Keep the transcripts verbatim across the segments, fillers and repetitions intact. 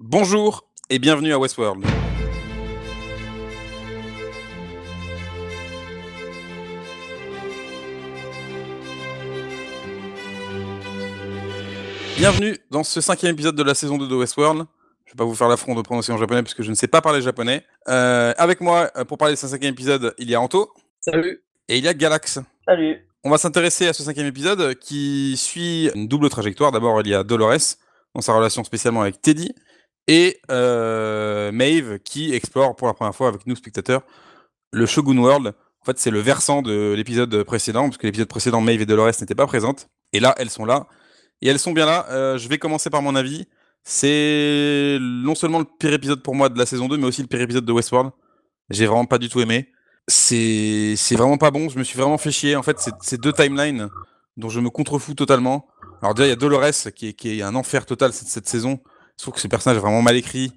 Bonjour et bienvenue à Westworld. Bienvenue dans ce cinquième épisode de la saison deux de Westworld. Je vais pas vous faire l'affront de prononcer en japonais puisque je ne sais pas parler japonais. Euh, avec moi, pour parler de ce cinquième épisode, il y a Anto. Salut. Et il y a Galax. Salut. On va s'intéresser à ce cinquième épisode qui suit une double trajectoire. D'abord, il y a Dolores dans sa relation spécialement avec Teddy et euh, Maeve qui explore pour la première fois avec nous spectateurs le Shogun World. En fait, c'est le versant de l'épisode précédent parce que l'épisode précédent, Maeve et Dolores n'étaient pas présentes. Et là, elles sont là. Et elles sont bien là. Euh, je vais commencer par mon avis. C'est non seulement le pire épisode pour moi de la saison deux, mais aussi le pire épisode de Westworld. J'ai vraiment pas du tout aimé. C'est, c'est vraiment pas bon. Je me suis vraiment fait chier. En fait, c'est, c'est deux timelines dont je me contrefous totalement. Alors déjà, il y a Dolores qui est, qui est un enfer total cette, cette saison. Je trouve que ce personnage est vraiment mal écrit.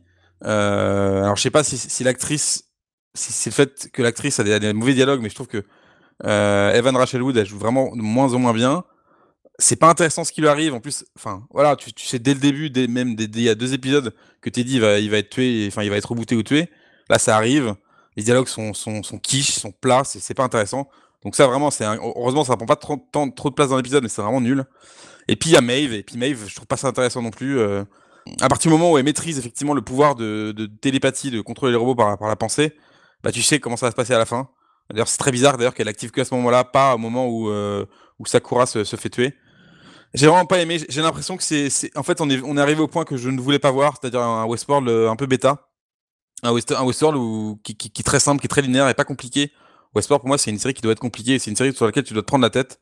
Euh, alors je sais pas si, si l'actrice, si c'est le fait que l'actrice a des, a des mauvais dialogues, mais je trouve que euh, Evan Rachel Wood elle joue vraiment de moins en moins bien. C'est pas intéressant ce qui lui arrive. En plus, enfin, voilà, tu, tu sais dès le début, dès, même dès, dès il y a deux épisodes, que Teddy va, il va être tué, enfin, il va être rebooté ou tué. Là, ça arrive. Les dialogues sont, sont, sont quiches, sont plats, c'est, c'est pas intéressant. Donc ça, vraiment, c'est un, heureusement, ça prend pas trop, tant, trop de place dans l'épisode, mais c'est vraiment nul. Et puis il y a Maeve, et puis Maeve, je trouve pas ça intéressant non plus. Euh, à partir du moment où elle maîtrise effectivement le pouvoir de, de télépathie, de contrôler les robots par, par la pensée, bah tu sais comment ça va se passer à la fin. D'ailleurs, c'est très bizarre d'ailleurs qu'elle active que à ce moment-là, pas au moment où, euh, où Sakura se, se fait tuer. J'ai vraiment pas aimé. J'ai l'impression que c'est, c'est... En fait, on est, on est arrivé au point que je ne voulais pas voir, c'est-à-dire un Westworld un peu bêta. Un, West... un Westworld où... qui, qui, qui est très simple, qui est très linéaire et pas compliqué. Westworld, pour moi, c'est une série qui doit être compliquée. C'est une série sur laquelle tu dois te prendre la tête.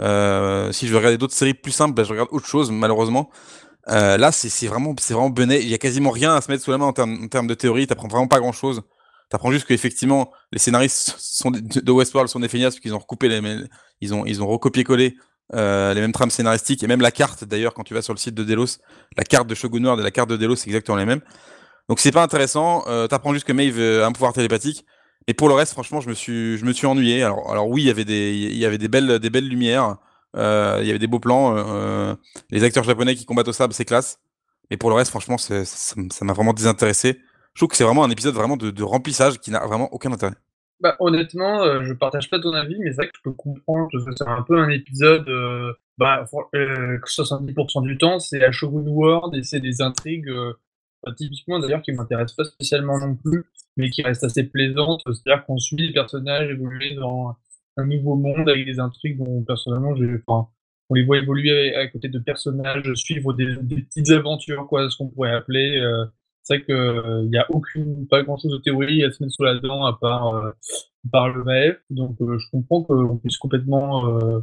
Euh, si je veux regarder d'autres séries plus simples, bah, je regarde autre chose, malheureusement. Euh, là, c'est, c'est vraiment, c'est vraiment benet. Il y a quasiment rien à se mettre sous la main en termes, en termes de théorie. T'apprends vraiment pas grand-chose. T'apprends juste qu'effectivement, les scénaristes sont de, de Westworld sont des feignasses parce qu'ils ont recoupé les, ils ont, ils ont recopié-collé euh, les mêmes trames scénaristiques et même la carte. D'ailleurs, quand tu vas sur le site de Delos, la carte de Shogun World et la carte de Delos, c'est exactement les mêmes. Donc c'est pas intéressant. Euh, t'apprends juste que Maeve a un pouvoir télépathique. Et pour le reste, franchement, je me suis, je me suis ennuyé. Alors, alors oui, il y avait des, il y avait des belles, des belles lumières. Euh, il y avait des beaux plans. Euh, les acteurs japonais qui combattent au sabre, c'est classe. Mais pour le reste, franchement, c'est, ça, ça m'a vraiment désintéressé. Je trouve que c'est vraiment un épisode vraiment de, de remplissage qui n'a vraiment aucun intérêt. Bah, honnêtement, euh, je partage pas ton avis, mais c'est vrai que je peux comprendre que c'est un peu un épisode, euh, bah, euh, que soixante-dix pour cent du temps, c'est la Shogun World et c'est des intrigues, euh, bah, typiquement d'ailleurs qui m'intéressent pas spécialement non plus, mais qui restent assez plaisantes. C'est-à-dire qu'on suit les personnages évoluer dans un nouveau monde avec des intrigues dont personnellement, j'ai, enfin, on les voit évoluer à, à côté de personnages, suivre des, des petites aventures, quoi, ce qu'on pourrait appeler. Euh, c'est vrai qu'il n'y a aucune, pas grand chose de théorie à se mettre sous la dent à part, euh, par le Maef, donc euh, je comprends qu'on puisse complètement euh,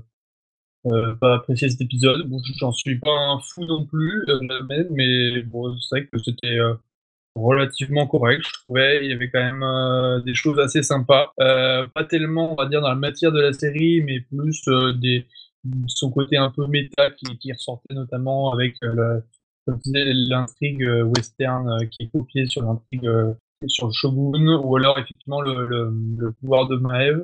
euh, pas apprécier cet épisode. Bon, j'en suis pas un fou non plus, euh, jamais, mais bon, c'est vrai que c'était euh, relativement correct. Je trouvais il y avait quand même euh, des choses assez sympas. Euh, pas tellement, on va dire, dans la matière de la série, mais plus euh, des son côté un peu méta qui, qui ressortait notamment avec euh, la- comme tu disais, l'intrigue euh, western euh, qui est copiée sur l'intrigue euh, sur le Shogun, ou alors effectivement le, le, le pouvoir de Maeve,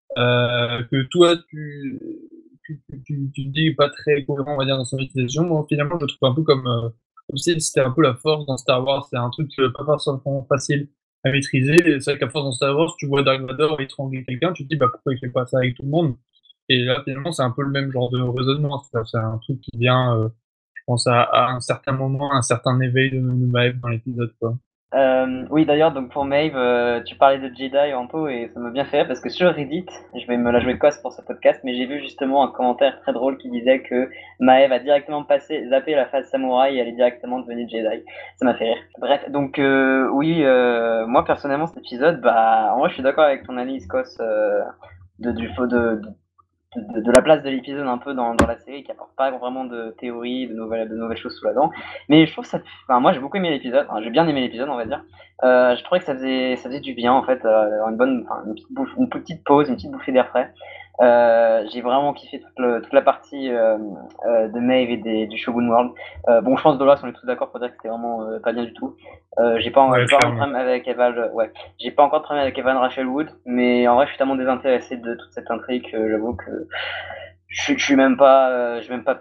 euh, que toi tu, tu, tu, tu, tu dis pas très cohérent, on va dire, dans son utilisation. Moi, finalement, je le trouve un peu comme, euh, comme si c'était un peu la force dans Star Wars. C'est un truc euh, pas forcément facile à maîtriser. Et c'est vrai qu'à force dans Star Wars, tu vois Dark Vador étrangler quelqu'un, tu te dis bah pourquoi il fait pas ça avec tout le monde. Et là, finalement, c'est un peu le même genre de raisonnement. C'est, c'est un truc qui vient, euh, je pense, à, à un certain moment, à un certain éveil de, de Maeve dans l'épisode, quoi. Euh, oui, d'ailleurs, donc pour Maeve, euh, tu parlais de Jedi en peu et ça m'a bien fait rire parce que sur Reddit, je vais me la jouer cosse pour ce podcast, mais j'ai vu justement un commentaire très drôle qui disait que Maeve a directement passé, zappé la phase samouraï et elle est directement devenue Jedi. Ça m'a fait rire. Bref, donc euh, oui, euh, moi personnellement cet épisode, bah, en vrai, je suis d'accord avec ton analyse cosse euh, de, du faux de, de de, de la place de l'épisode un peu dans, dans la série qui apporte pas vraiment de théorie, de nouvelles, de nouvelles choses sous la dent. Mais je trouve ça, enfin moi j'ai beaucoup aimé l'épisode, enfin, j'ai bien aimé l'épisode on va dire. Euh, je trouvais que ça faisait, ça faisait du bien en fait, euh, une bonne, enfin, une petite, bouffe, une petite pause, une petite bouffée d'air frais. Euh, j'ai vraiment kiffé toute, le, toute la partie euh, euh, de Maeve et des, du Shogun World. Euh, bon, je pense que Dolores, on est tous d'accord pour dire que c'était vraiment euh, pas bien du tout. Euh, j'ai pas, Ouais, j'ai pas un clairement. problème avec Evan, ouais, j'ai pas encore de problème avec Evan Rachel Wood, mais en vrai, je suis tellement désintéressé de toute cette intrigue que j'avoue que je, je suis même pas, euh, je vais même pas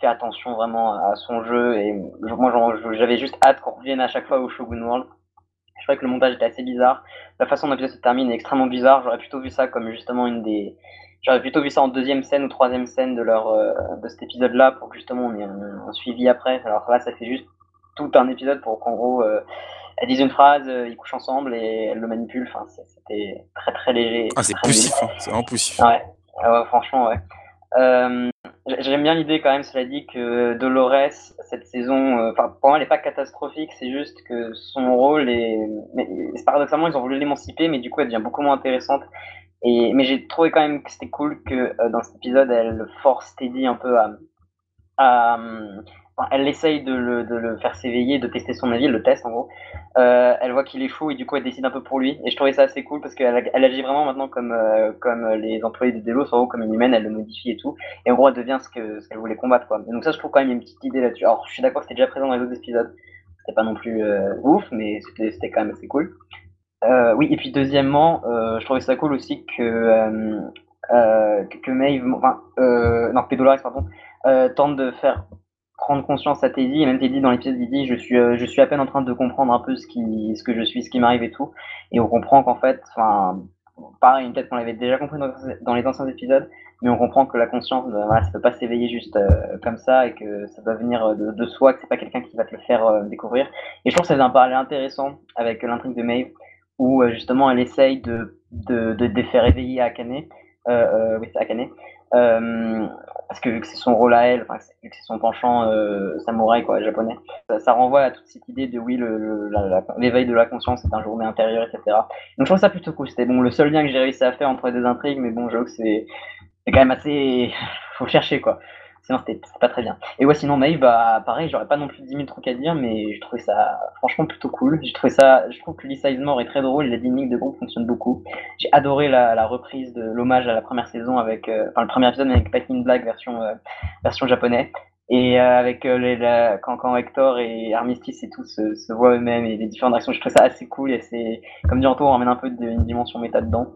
fait attention vraiment à son jeu et moi genre, j'avais juste hâte qu'on revienne à chaque fois au Shogun World. Je trouvais que le montage était assez bizarre. La façon dont l'épisode se termine est extrêmement bizarre. J'aurais plutôt vu ça comme justement une des. J'aurais plutôt vu ça en deuxième scène ou troisième scène de leur euh, de cet épisode-là pour que justement on ait un, un suivi après. Alors là, ça fait juste tout un épisode pour qu'en gros euh, elles disent une phrase, euh, ils couchent ensemble et elles le manipulent. Enfin, c'était très très léger. Ah, c'est très nul. poussif, hein. C'est vraiment poussif. Ouais, ouais franchement, ouais. Euh, J'aime bien l'idée quand même, cela dit, que Dolores, cette saison, euh, enfin pour moi elle n'est pas catastrophique, c'est juste que son rôle est, mais, paradoxalement ils ont voulu l'émanciper, mais du coup elle devient beaucoup moins intéressante. Et mais j'ai trouvé quand même que c'était cool que euh, dans cet épisode elle force Teddy un peu à, à enfin, elle essaye de le, de le faire s'éveiller, de tester son avis, elle le teste en gros. Euh, elle voit qu'il est fou et du coup elle décide un peu pour lui. Et je trouvais ça assez cool parce qu'elle elle agit vraiment maintenant comme, euh, comme les employés de Delos, en gros comme une humaine, elle le modifie et tout. Et en gros elle devient ce que ce qu'elle voulait combattre quoi. Et donc ça je trouve quand même une petite idée là-dessus. Alors je suis d'accord que c'était déjà présent dans les autres épisodes. C'était pas non plus euh, ouf, mais c'était, c'était quand même assez cool. Euh, oui, et puis deuxièmement, euh, je trouvais ça cool aussi que, euh, euh, que, que Maeve, enfin, euh, non, que Dolores, pardon, euh, tente de faire prendre conscience à Teddy, et même Teddy dans l'épisode il dit je suis euh, je suis à peine en train de comprendre un peu ce qui ce que je suis, ce qui m'arrive et tout, et on comprend qu'en fait, enfin pareil, peut-être qu'on l'avait déjà compris dans, dans les anciens épisodes, mais on comprend que la conscience, ben, voilà, ça peut pas s'éveiller juste euh, comme ça et que ça doit venir de, de soi, que c'est pas quelqu'un qui va te le faire euh, découvrir. Et je trouve que ça faisait un parallèle intéressant avec l'intrigue de Maeve où euh, justement elle essaye de de, de, de faire éveiller Akane, euh, euh, oui c'est Akane. Euh, parce que vu que c'est son rôle à elle, enfin, vu que c'est son penchant euh, samouraï quoi, japonais, ça, ça renvoie à toute cette idée de oui, le, le, la, la, l'éveil de la conscience c'est un journée intérieur, et cetera. Donc je trouve ça plutôt cool. C'était bon, le seul lien que j'ai réussi à faire entre les deux intrigues, mais bon, j'avoue que c'est, c'est quand même assez. Faut chercher quoi. Sinon c'était c'est pas très bien. Et ouais, sinon Maeve, bah pareil, j'aurais pas non plus dix mille trucs à dire, mais je trouvais ça franchement plutôt cool. J'ai trouvé ça, je trouve que Lee Sizemore est très drôle, les dynamiques de groupe fonctionnent beaucoup. J'ai adoré la, la reprise de l'hommage à la première saison avec, euh, enfin le premier épisode avec Back in Black version euh, version japonais. Et euh, avec euh, les, la, quand, quand Hector et Armistice et tout se, se voient eux-mêmes et les différentes actions, je trouve ça assez cool et c'est, comme dit Anto, on ramène un peu de, une dimension méta dedans.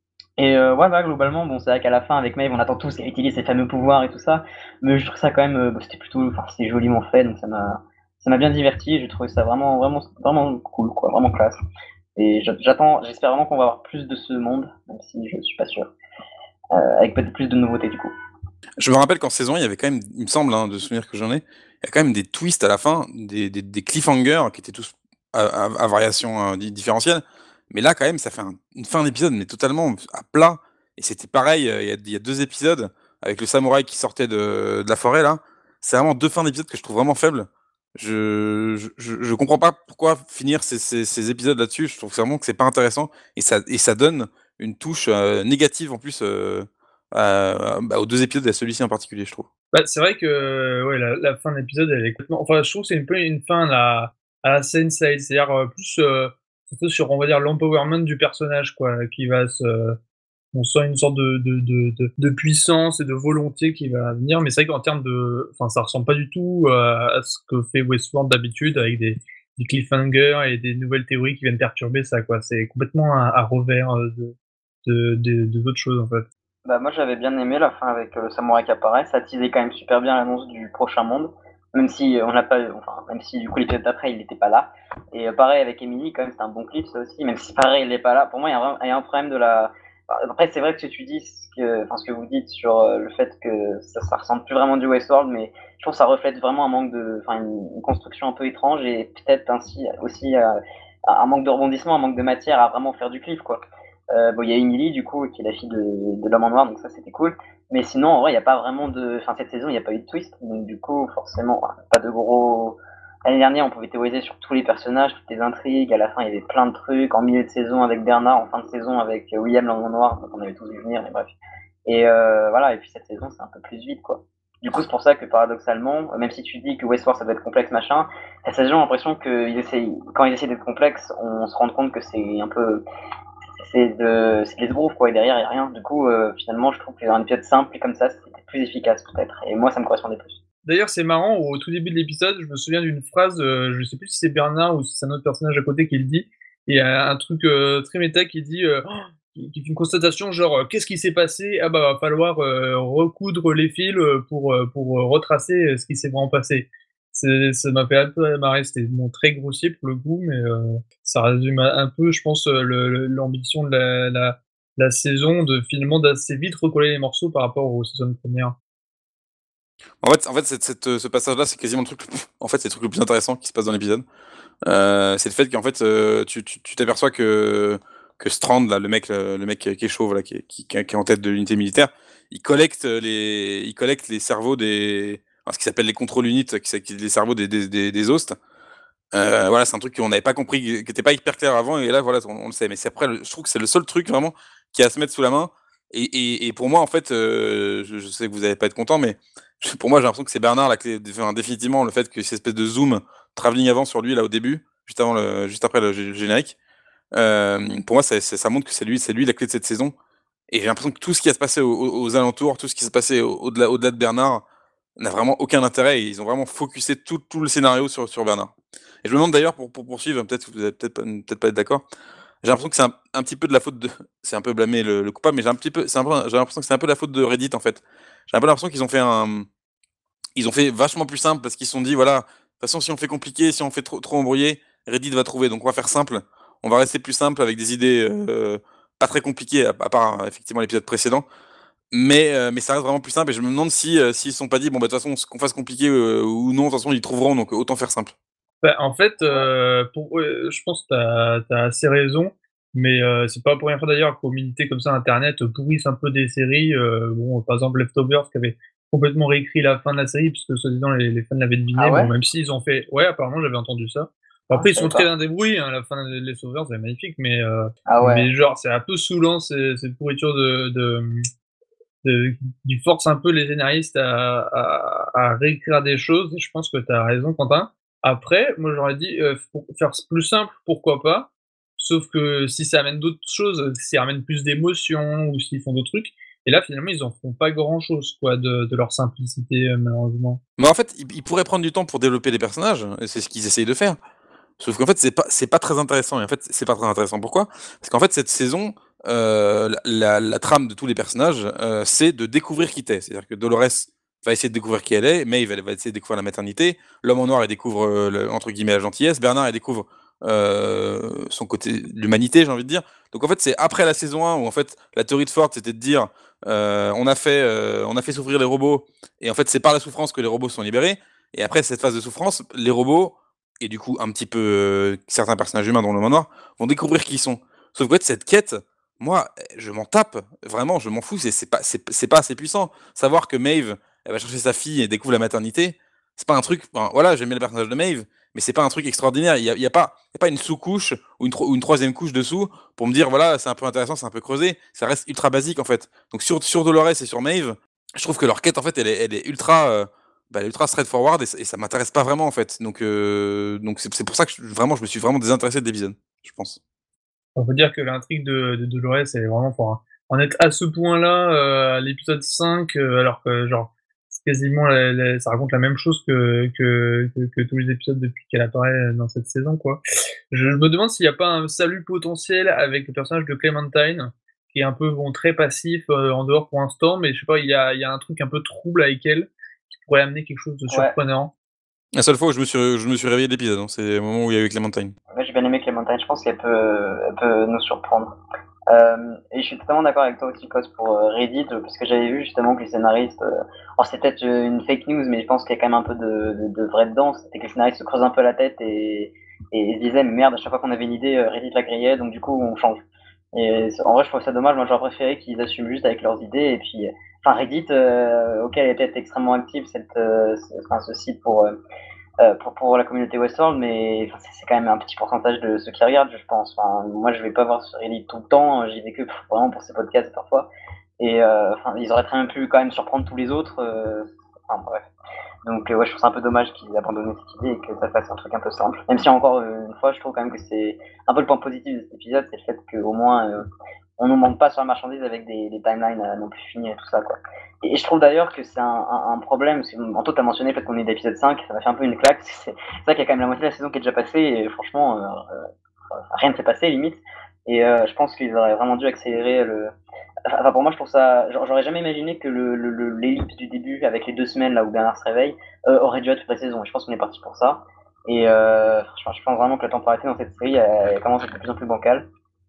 Et euh, ouais, bah, globalement, bon, c'est vrai qu'à la fin, avec Maeve, on attend tous qu'elle utilise ses fameux pouvoirs et tout ça, mais je trouve ça quand même, euh, bah, c'était plutôt, enfin, c'était joliment fait, donc ça m'a, ça m'a bien diverti. J'ai trouvé ça vraiment, vraiment, vraiment cool, quoi, vraiment classe. Et j'attends, j'espère vraiment qu'on va avoir plus de ce monde, même si je suis pas sûr, euh, avec peut-être plus de nouveautés du coup. Je me rappelle qu'en saison, il y avait quand même, il me semble, hein, de souvenirs que j'en ai, il y a quand même des twists à la fin, des, des, des cliffhangers qui étaient tous à, à, à variation euh, différentielle. Mais là, quand même, ça fait un, une fin d'épisode, mais totalement à plat. Et c'était pareil, euh, il y, a, il y a deux épisodes avec le samouraï qui sortait de, de la forêt, là. C'est vraiment deux fins d'épisode que je trouve vraiment faibles. Je, je, je, je comprends pas pourquoi finir ces, ces, ces épisodes là-dessus. Je trouve vraiment que c'est pas intéressant. Et ça, et ça donne une touche euh, négative en plus. Euh, euh, bah, aux deux épisodes et à celui-ci en particulier, je trouve. Bah, c'est vrai que ouais, la, la fin de l'épisode, elle est complètement. Enfin, je trouve que c'est un peu une fin à la, à la Sense eight, c'est-à-dire euh, plus euh, plutôt sur, on va dire, l'empowerment du personnage, quoi, qui va se. On sent une sorte de, de, de, de, de puissance et de volonté qui va venir, mais c'est vrai qu'en termes de. Enfin, ça ressemble pas du tout à, à ce que fait Westworld d'habitude, avec des, des cliffhangers et des nouvelles théories qui viennent perturber ça, quoi. C'est complètement à, à revers de, de, de, de d'autres choses, en fait. Bah moi j'avais bien aimé la fin avec euh, le samouraï qui apparaît, ça teasait quand même super bien l'annonce du prochain monde, même si euh, on n'a pas, enfin même si du coup l'épisode d'après il n'était pas là. Et euh, pareil avec Emily quand même c'était un bon clip ça aussi, même si pareil il n'est pas là. Pour moi il y, a un- il y a un problème de la. Après c'est vrai que ce que tu dis, ce que, enfin ce que vous dites sur euh, le fait que ça, ça ressemble plus vraiment du Westworld, mais je trouve que ça reflète vraiment un manque de, enfin une, une construction un peu étrange et peut-être ainsi aussi euh, un manque de rebondissement, un manque de matière à vraiment faire du clip quoi. Euh, bon, il y a Emily, du coup, qui est la fille de, de l'homme en noir, donc ça, c'était cool. Mais sinon, en vrai, il n'y a pas vraiment de. Enfin, cette saison, il n'y a pas eu de twist. Donc, du coup, forcément, pas de gros. L'année dernière, on pouvait théoriser sur tous les personnages, toutes les intrigues. À la fin, il y avait plein de trucs. En milieu de saison, avec Bernard. En fin de saison, avec William, l'homme en noir. Donc, on avait tous vu venir, mais bref. Et euh, voilà, et puis cette saison, c'est un peu plus vite, quoi. Du coup, c'est pour ça que paradoxalement, même si tu dis que Westworld ça doit être complexe, machin, cette saison, j'ai l'impression que ils essayent, quand ils essaient d'être complexes, on se rend compte que c'est un peu c'est de c'est de l'esbrouf quoi et derrière il y a rien du coup euh, finalement je trouve que un épisode simple et comme ça c'était plus efficace peut-être et moi ça me correspondait plus. D'ailleurs, c'est marrant, au tout début de l'épisode, je me souviens d'une phrase, euh, je sais plus si c'est Bernard ou si c'est un autre personnage à côté qui le dit, et euh, un truc euh, très méta qui dit euh, oh, qui, qui fait une constatation genre euh, qu'est-ce qui s'est passé? Ah bah va falloir euh, recoudre les fils euh, pour, euh, pour euh, retracer euh, ce qui s'est vraiment passé. C'est, ça m'a fait un peu marrer, c'était bon, très grossier pour le coup, mais euh, ça résume un un peu, je pense, euh, le- le- l'ambition de la, la, la saison de finalement d'assez vite recoller les morceaux par rapport aux saisons premières. En fait, en fait cette, cette- ce passage-là, c'est quasiment le truc. le plus- En fait, c'est le truc le plus intéressant qui se passe dans l'épisode. Euh, c'est le fait qu'en fait, euh, tu tu- tu t'aperçois que que Strand, là, le mec, le, le mec qui est chauve, là, qui est, qui, qui est qui est en tête de l'unité militaire, il collecte les, il collecte les cerveaux des, enfin, ce qui s'appelle les contrôle units, qui c'est qui- les cerveaux des des, des, des hosts. Euh, voilà, c'est un truc qu'on n'avait pas compris, qui n'était pas hyper clair avant, et là, voilà, on, on le sait. Mais c'est après, le- je trouve que c'est le seul truc vraiment qui a à se mettre sous la main. Et, et, et pour moi, en fait, euh, je, je sais que vous n'allez pas être content, mais je- pour moi, j'ai l'impression que c'est Bernard la clé, enfin, définitivement, le fait que cette espèce de zoom travelling avant sur lui là au début, juste avant le, juste après le gé- générique. Euh, pour moi, ça, ça, ça montre que c'est lui, c'est lui la clé de cette saison. Et j'ai l'impression que tout ce qui va se passer aux, aux- aux alentours, tout ce qui s'est passé au- au-delà, au-delà de Bernard, n'a vraiment aucun intérêt. Et ils ont vraiment focusé tout, tout le scénario sur, sur Bernard. Et je me demande d'ailleurs, pour, pour poursuivre, peut-être que vous allez peut-être pas, peut-être pas être d'accord, j'ai l'impression que c'est un, un petit peu de la faute de. C'est un peu blâmer le, le coupable, mais j'ai un petit peu, c'est un peu- j'ai l'impression que c'est un peu la faute de Reddit en fait. J'ai un peu l'impression qu'ils ont fait un. Ils ont fait vachement plus simple parce qu'ils se sont dit, voilà, de toute façon, si on fait compliqué, si on fait trop, trop embrouillé, Reddit va trouver. Donc on va faire simple. On va rester plus simple avec des idées euh, pas très compliquées, à, à part euh, effectivement l'épisode précédent. Mais, euh, mais ça reste vraiment plus simple. Et je me demande si euh, s'ils se sont pas dit, bon, bah, de toute façon, qu'on fasse compliqué euh, ou non, de toute façon, ils trouveront. Donc autant faire simple. Bah, en fait, Ouais. heu, pour ouais, je pense que tu as assez raison, mais heu, c'est pas la première fois d'ailleurs qu'aux communautés comme ça internet pourrissent un peu des séries, heu, bon, par exemple Leftovers qui avait complètement réécrit la fin de la série puisque soi-disant les les fans l'avaient Ah deviné. Bon, ouais? même s'ils ont fait ouais, apparemment j'avais entendu ça. Bon, Ah, après je ils sont savais très pas. bien débrouillés, hein, la fin de Leftovers est magnifique, mais heu, Ah ouais. mais genre c'est un peu saoulant ces ces pourritures de de, mmh, de qui forcent un peu les scénaristes à à à réécrire des choses et je pense que tu as raison Quentin. Après, moi j'aurais dit, heu, pour faire plus simple, pourquoi pas? Sauf que si ça amène d'autres choses, si ça amène plus d'émotions ou s'ils font d'autres trucs et là finalement ils en font pas grand chose quoi de de leur simplicité, heu, malheureusement. Mais en fait, ils, ils pourraient prendre du temps pour développer les personnages, et c'est ce qu'ils essayent de faire. Sauf qu'en fait, c'est pas, c'est pas très intéressant. Et en fait, c'est pas très intéressant. Pourquoi? Parce qu'en fait, cette saison, euh, la, la- la trame de tous les personnages, euh, c'est de découvrir qui t'es. C'est-à-dire que Dolores va essayer de découvrir qui elle est, Maeve elle va essayer de découvrir la maternité, l'homme en noir il découvre euh, le- entre guillemets la gentillesse, Bernard il découvre euh, son côté l'humanité, j'ai envie de dire. Donc en fait, c'est après la saison un où en fait la théorie de Ford c'était de dire euh, on a fait euh, on a fait souffrir les robots et en fait c'est par la souffrance que les robots sont libérés. Et après cette phase de souffrance, les robots et du coup un petit peu euh, certains personnages humains dans le noir vont découvrir qui ils sont. Sauf que cette quête, moi, je m'en tape, vraiment, je m'en fous, c'est c'est pas, c'est c'est pas assez puissant. Savoir que Maeve, elle va chercher sa fille et découvre la maternité, c'est pas un truc. Enfin, voilà, j'aime bien le personnage de Maeve, mais c'est pas un truc extraordinaire. Il y a, il y a pas, il y a pas une sous-couche ou une, tro- ou une troisième couche dessous pour me dire voilà, c'est un peu intéressant, c'est un peu creusé. Ça reste ultra basique en fait. Donc sur, sur Dolores et sur Maeve, je trouve que leur quête en fait, elle est, elle est ultra. euh, bah, elle est ultra straightforward et, ça- et ça m'intéresse pas vraiment en fait. Donc euh, donc c'est c'est pour ça que je, vraiment je me suis vraiment désintéressé de l'épisode, je pense. On peut dire que l'intrigue de de Dolores, elle est vraiment pour en en être à ce point-là, heu, à l'épisode cinq, heu, alors que genre c'est quasiment la la ça raconte la même chose que que que que tous les épisodes depuis qu'elle apparaît, dans cette saison, quoi. Je me demande s'il y a pas un salut potentiel avec le personnage de Clémentine, qui est un peu, bon, très passif, heu, en dehors pour l'instant, mais je sais pas, il y a il y a un truc un peu trouble avec elle, qui pourrait amener quelque chose de Ouais. surprenant. La seule fois où je me suis, je me suis réveillé de l'épisode, hein, c'est au moment où il y a eu Clémentine. Ouais, j'ai bien aimé Clémentine, je pense qu'elle peut, elle peut nous surprendre. Euh, et je suis totalement d'accord avec toi aussi, Cos, pour euh, Reddit, euh, parce que j'avais vu justement que les scénaristes, euh, alors c'est peut-être euh, une fake news, mais je pense qu'il y a quand même un peu de, de, de vrai dedans, c'était que les scénaristes se creusent un peu la tête et, et se disaient, mais merde, à chaque fois qu'on avait une idée, euh, Reddit la grillait, donc du coup on change. Et c'est- en vrai, je trouve ça dommage, moi j'aurais préféré qu'ils assument juste avec leurs idées, et puis, euh, enfin Reddit, euh, ok, elle est peut-être extrêmement active, cette, euh, ce, enfin, ce site pour... euh, euh, pour, pour la communauté Westworld, mais enfin, c'est c'est quand même un petit pourcentage de ceux qui regardent, je pense. Enfin, moi, je vais pas voir sur Reddit tout le temps, j'y vais que pour- vraiment pour ces podcasts parfois. Et euh, enfin, ils auraient très bien pu quand même surprendre tous les autres. Euh, enfin, bref. Donc, euh, ouais, je trouve ça un peu dommage qu'ils aient abandonné cette idée et que ça fasse un truc un peu simple. Même si, encore euh, une fois, je trouve quand même que c'est un peu le point positif de cet épisode, c'est le fait qu'au moins, euh, on nous manque pas sur la marchandise avec des, des timelines euh, non plus finies et tout ça, quoi. Et, et je trouve d'ailleurs que c'est un, un, un problème, parce que Anto t'a mentionné le fait qu'on est d'épisode cinq, ça m'a fait un peu une claque, c'est c'est vrai qu'il y a quand même la moitié de la saison qui est déjà passée, et franchement, euh, euh, rien ne s'est passé limite. Et euh, je pense qu'ils auraient vraiment dû accélérer le. Enfin, pour moi, je trouve ça. J'aurais jamais imaginé que le, le, le- l'ellipse du début, avec les deux semaines là où Bernard se réveille, euh, aurait dû être toute la saison. Et je pense qu'on est parti pour ça. Et euh, je, je pense vraiment que la temporalité dans cette série, elle, elle commence à être de plus en plus bancale.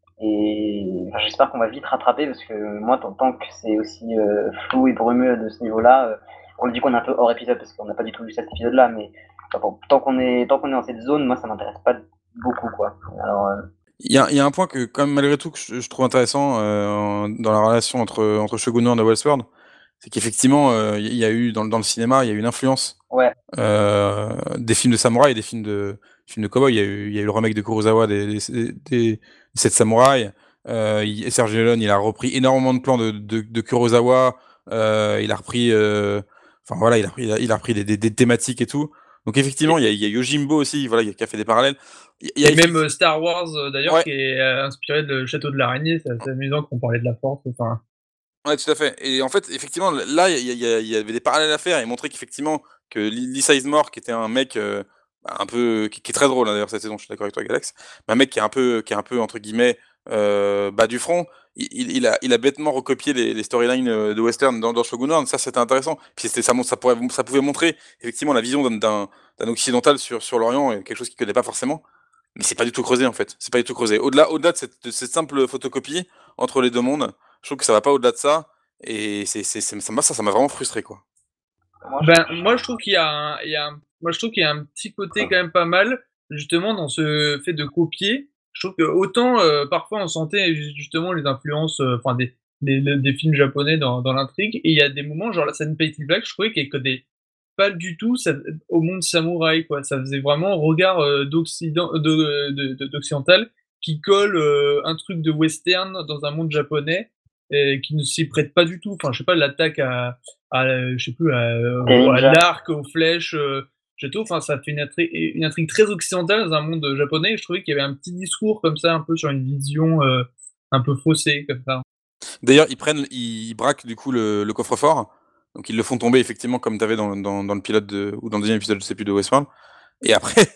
Et enfin, j'espère qu'on va vite rattraper parce que moi, tant, tant que c'est aussi euh, flou et brumeux de ce niveau-là, euh, on le dit qu'on est un peu hors épisode parce qu'on n'a pas du tout vu cet épisode-là, mais enfin, bon, tant qu'on est tant qu'on est dans cette zone, moi, ça m'intéresse pas beaucoup, quoi. Alors, euh, Il y a, il y a un point que, quand même, malgré tout, que je, je trouve intéressant euh, dans la relation entre, entre Shogun World et Westworld, c'est qu'effectivement, euh, il y a eu, dans, le- dans le cinéma, il y a eu une influence ouais, euh, des films de samouraï et des films de, films de cowboy. Il y a eu, il y a eu le remake de Kurosawa des, des, des, des sept samouraïs. Euh, il- Serge Leone, il a repris énormément de plans de, de, de Kurosawa. Euh, il a repris, euh, enfin voilà, il a, il a, il a repris des, des, des thématiques et tout. Donc effectivement, Et, il y a, il y a Yojimbo aussi, voilà, qui a fait des parallèles. Il y a et même effectivement... euh, Star Wars, euh, d'ailleurs, Ouais, qui est euh, inspiré de le Château de l'Araignée, c'est assez amusant qu'on parlait de la force. Enfin, ouais, tout à fait. Et en fait, effectivement, là, il y, a- il y a- il y avait des parallèles à faire et montrer qu'effectivement, que Lee Lee Sizemore, qui était un mec euh, bah, un peu, qui, qui est très drôle hein, d'ailleurs cette saison, je suis d'accord avec toi, Galax, mais un mec qui est un peu, qui est un peu entre guillemets euh, bas du front, il, il- il a, il a bêtement recopié les, les storylines euh, de western dans, dans Shogun World. Ça, c'était intéressant. Puis c'était, ça, mon- ça pourrait, ça pouvait montrer effectivement la vision d'un, d'un d'un occidental sur, sur l'Orient et quelque chose qu'il connaît pas forcément. Mais c'est pas du tout creusé en fait. C'est pas du tout creusé. Au-delà, au-delà de cette, de cette simple photocopie entre les deux mondes, je trouve que ça va pas au-delà de ça. Et c'est, c'est, c'est- ça m'a, ça, ça m'a vraiment frustré, quoi. moi, je, ben, je moi, trouve. je trouve qu'il y a un, il y a un- moi, je trouve qu'il y a un petit côté quand même pas mal, justement, dans ce fait de copier. Je trouve que autant, euh, parfois, on sentait justement les influences, euh, enfin, des, des, des films japonais dans, dans l'intrigue, et il y a des moments, genre la scène Painted Black, je trouvais qu'elle codait pas du tout ça, au monde samouraï, quoi. Ça faisait vraiment regard euh, d'occident, de, de, de- d'occidental qui colle euh, un truc de western dans un monde japonais et qui ne s'y prête pas du tout. Enfin, je sais pas, l'attaque à, à je sais plus, à, Des au- à ninjas. l'arc, aux flèches, euh, château. Enfin, ça fait une intrigue, une intrigue très occidentale dans un monde japonais. Et je trouvais qu'il y avait un petit discours comme ça, un peu sur une vision euh, un peu faussée, comme ça. D'ailleurs, ils prennent, ils braquent du coup le, le coffre-fort. Donc ils le font tomber effectivement comme tu avais dans, dans, dans le pilote de, ou dans le deuxième épisode, je sais plus, de Westworld. Et après,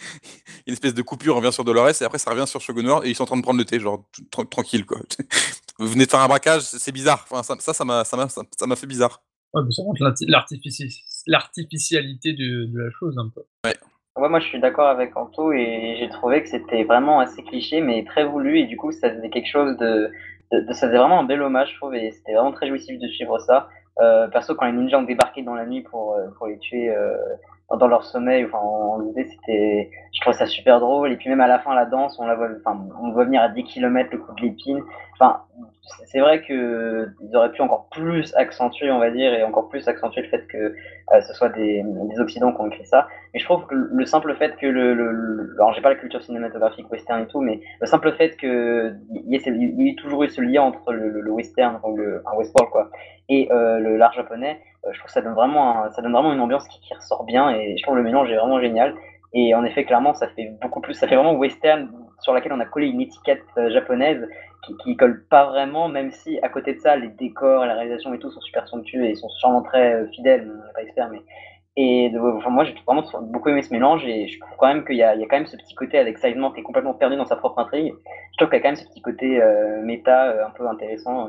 une espèce de coupure revient sur Dolores et après ça revient sur Shogun World et ils sont en train de prendre le thé, genre tra- tranquille quoi. Vous venez de faire un braquage, c'est c'est bizarre. Enfin, ça, ça, ça m'a, ça m'a, ça ça m'a fait bizarre. Ouais, mais ça montre l'arti- l'artifici- l'artificialité de, de la chose, un peu. Ouais. Ouais, moi je suis d'accord avec Anto et j'ai trouvé que c'était vraiment assez cliché mais très voulu et du coup ça faisait quelque chose de, de, de- ça faisait vraiment un bel hommage je trouve et c'était vraiment très jouissif de suivre ça. Euh, perso quand les ninjas ont débarqué dans la nuit pour, euh, pour les tuer euh, dans dans leur sommeil, enfin en l'idée c'était, je trouvais ça super drôle et puis même à la fin la danse on la voit, enfin on voit venir à dix kilomètres le coup de l'épine. Enfin c'est c'est vrai que ils auraient pu encore plus accentuer on va dire et encore plus accentuer le fait que euh, ce soit des, des occidentaux qui ont écrit ça. Mais je trouve que le simple fait que le, le, le alors j'ai pas la culture cinématographique western et tout, mais le simple fait que il y ait, ce- il y ait toujours eu ce lien entre le, le, le western, enfin le un Westworld quoi, et euh, le l'art japonais, euh, je trouve que ça donne vraiment un- ça donne vraiment une ambiance qui, qui ressort bien et je trouve le mélange est vraiment génial. Et en effet, clairement, ça fait beaucoup plus, ça fait vraiment western sur laquelle on a collé une étiquette euh, japonaise qui, qui colle pas vraiment, même si à côté de ça, les décors, la réalisation et tout sont super somptueux et sont sûrement très euh, fidèles. On n'est pas expert, mais et de, enfin, moi, j'ai vraiment beaucoup aimé ce mélange et je trouve quand même qu'il y a, il y a quand même ce petit côté avec Sizemore qui est complètement perdu dans sa propre intrigue. Je trouve qu'il y a quand même ce petit côté euh, méta euh, un peu intéressant.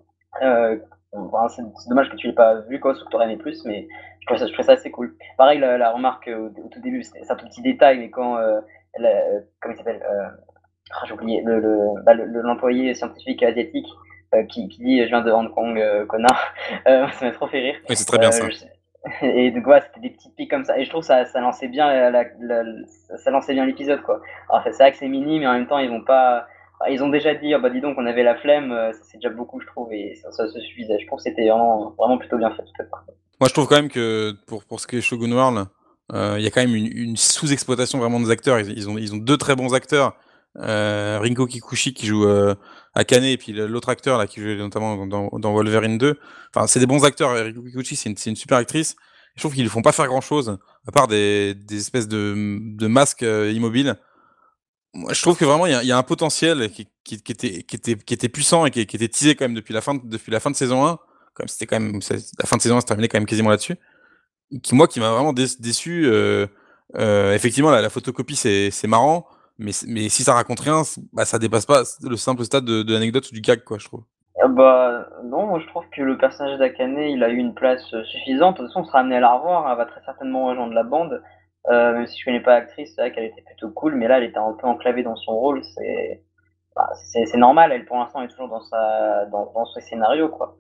Euh, enfin, c'est, c'est dommage que tu l'aies pas vu, quoi, sauf que tu aurais aimé plus, mais je trouve ça, je trouve ça assez cool. Pareil, la, la remarque euh, au, au tout début, c'est, c'est un tout petit détail, mais quand, euh, la, euh, comment il s'appelle euh, ah, j'ai oublié, le, le, bah, le, le- l'employé scientifique asiatique euh, qui, qui dit je viens de Hong Kong, euh, connard, euh, ça m'a trop fait rire. Oui, c'est très bien Euh, ça. je sais- et donc ouais, c'était des petites piques comme ça. Et je trouve que ça, ça lançait bien la, la- la- ça lançait bien l'épisode quoi. Alors c'est vrai que c'est mini, mais en même temps ils vont pas. Enfin, ils ont déjà dit, oh, bah dis donc on avait la flemme, euh, ça c'est déjà beaucoup je trouve, et ça, ça se suffisait. Je trouve que c'était vraiment, vraiment plutôt bien fait. Tout Moi, je trouve quand même que pour, pour ce qui est Shogun World, euh, il y a quand même une, une sous-exploitation vraiment des acteurs. Ils, ils ont, ils ont deux très bons acteurs. Euh, Rinko Kikuchi qui joue euh, Akane et puis le- l'autre acteur là qui joue notamment dans, dans Wolverine deux. Enfin, c'est des bons acteurs. Rinko Kikuchi, c'est une, c'est une super actrice. Je trouve qu'ils ne font pas faire grand-chose à part des, des espèces de, de masques euh, immobiles. Moi, je trouve que vraiment il y a, il y a un potentiel qui, qui, qui était, qui, était, qui était puissant et qui, qui était teasé quand même depuis la fin de, depuis la fin de saison un. Comme c'était quand même c'est- la fin de saison un se terminait quand même quasiment là-dessus. Qui moi qui m'a vraiment dé- déçu. Euh, euh, effectivement, la, la photocopie c'est c'est marrant, mais, mais si ça raconte rien, bah, ça dépasse pas le simple stade de, de l'anecdote ou du gag, quoi, je trouve. Ah bah, non, moi je trouve que le personnage d'Akane, il a eu une place euh, suffisante. De toute façon, on sera amené à la revoir, elle va très certainement rejoindre la bande. Euh, même si je connais pas l'actrice, c'est vrai qu'elle était plutôt cool, mais là, elle était un peu enclavée dans son rôle. C'est bah, c'est c'est normal, elle pour l'instant est toujours dans sa dans, dans ce scénario, quoi.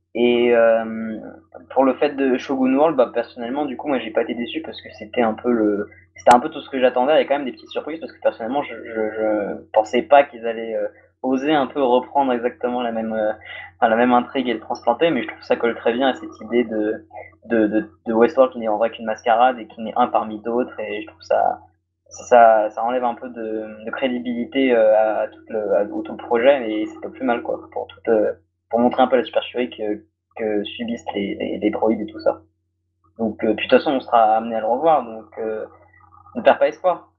Et euh, pour le fait de Shogun World, bah personnellement, du coup, moi j'ai pas été déçu parce que c'était un peu le, c'était un peu tout ce que j'attendais. Il y a quand même des petites surprises parce que personnellement, je, je, je pensais pas qu'ils allaient euh, oser un peu reprendre exactement la même, euh, enfin, la même intrigue et le transplanter, mais je trouve que ça colle très bien à cette idée de de, de, de Westworld qui n'est en vrai qu'une mascarade et qui n'est un parmi d'autres. Et je trouve ça ça, ça enlève un peu de, de crédibilité euh, à, tout le, à, au tout le projet, et c'est pas plus mal quoi pour toute euh, pour montrer un peu la supercherie que, que subissent les, les, les droïdes et tout ça. Donc, euh, puis de toute façon, on sera amené à le revoir, donc euh, ne perds pas espoir.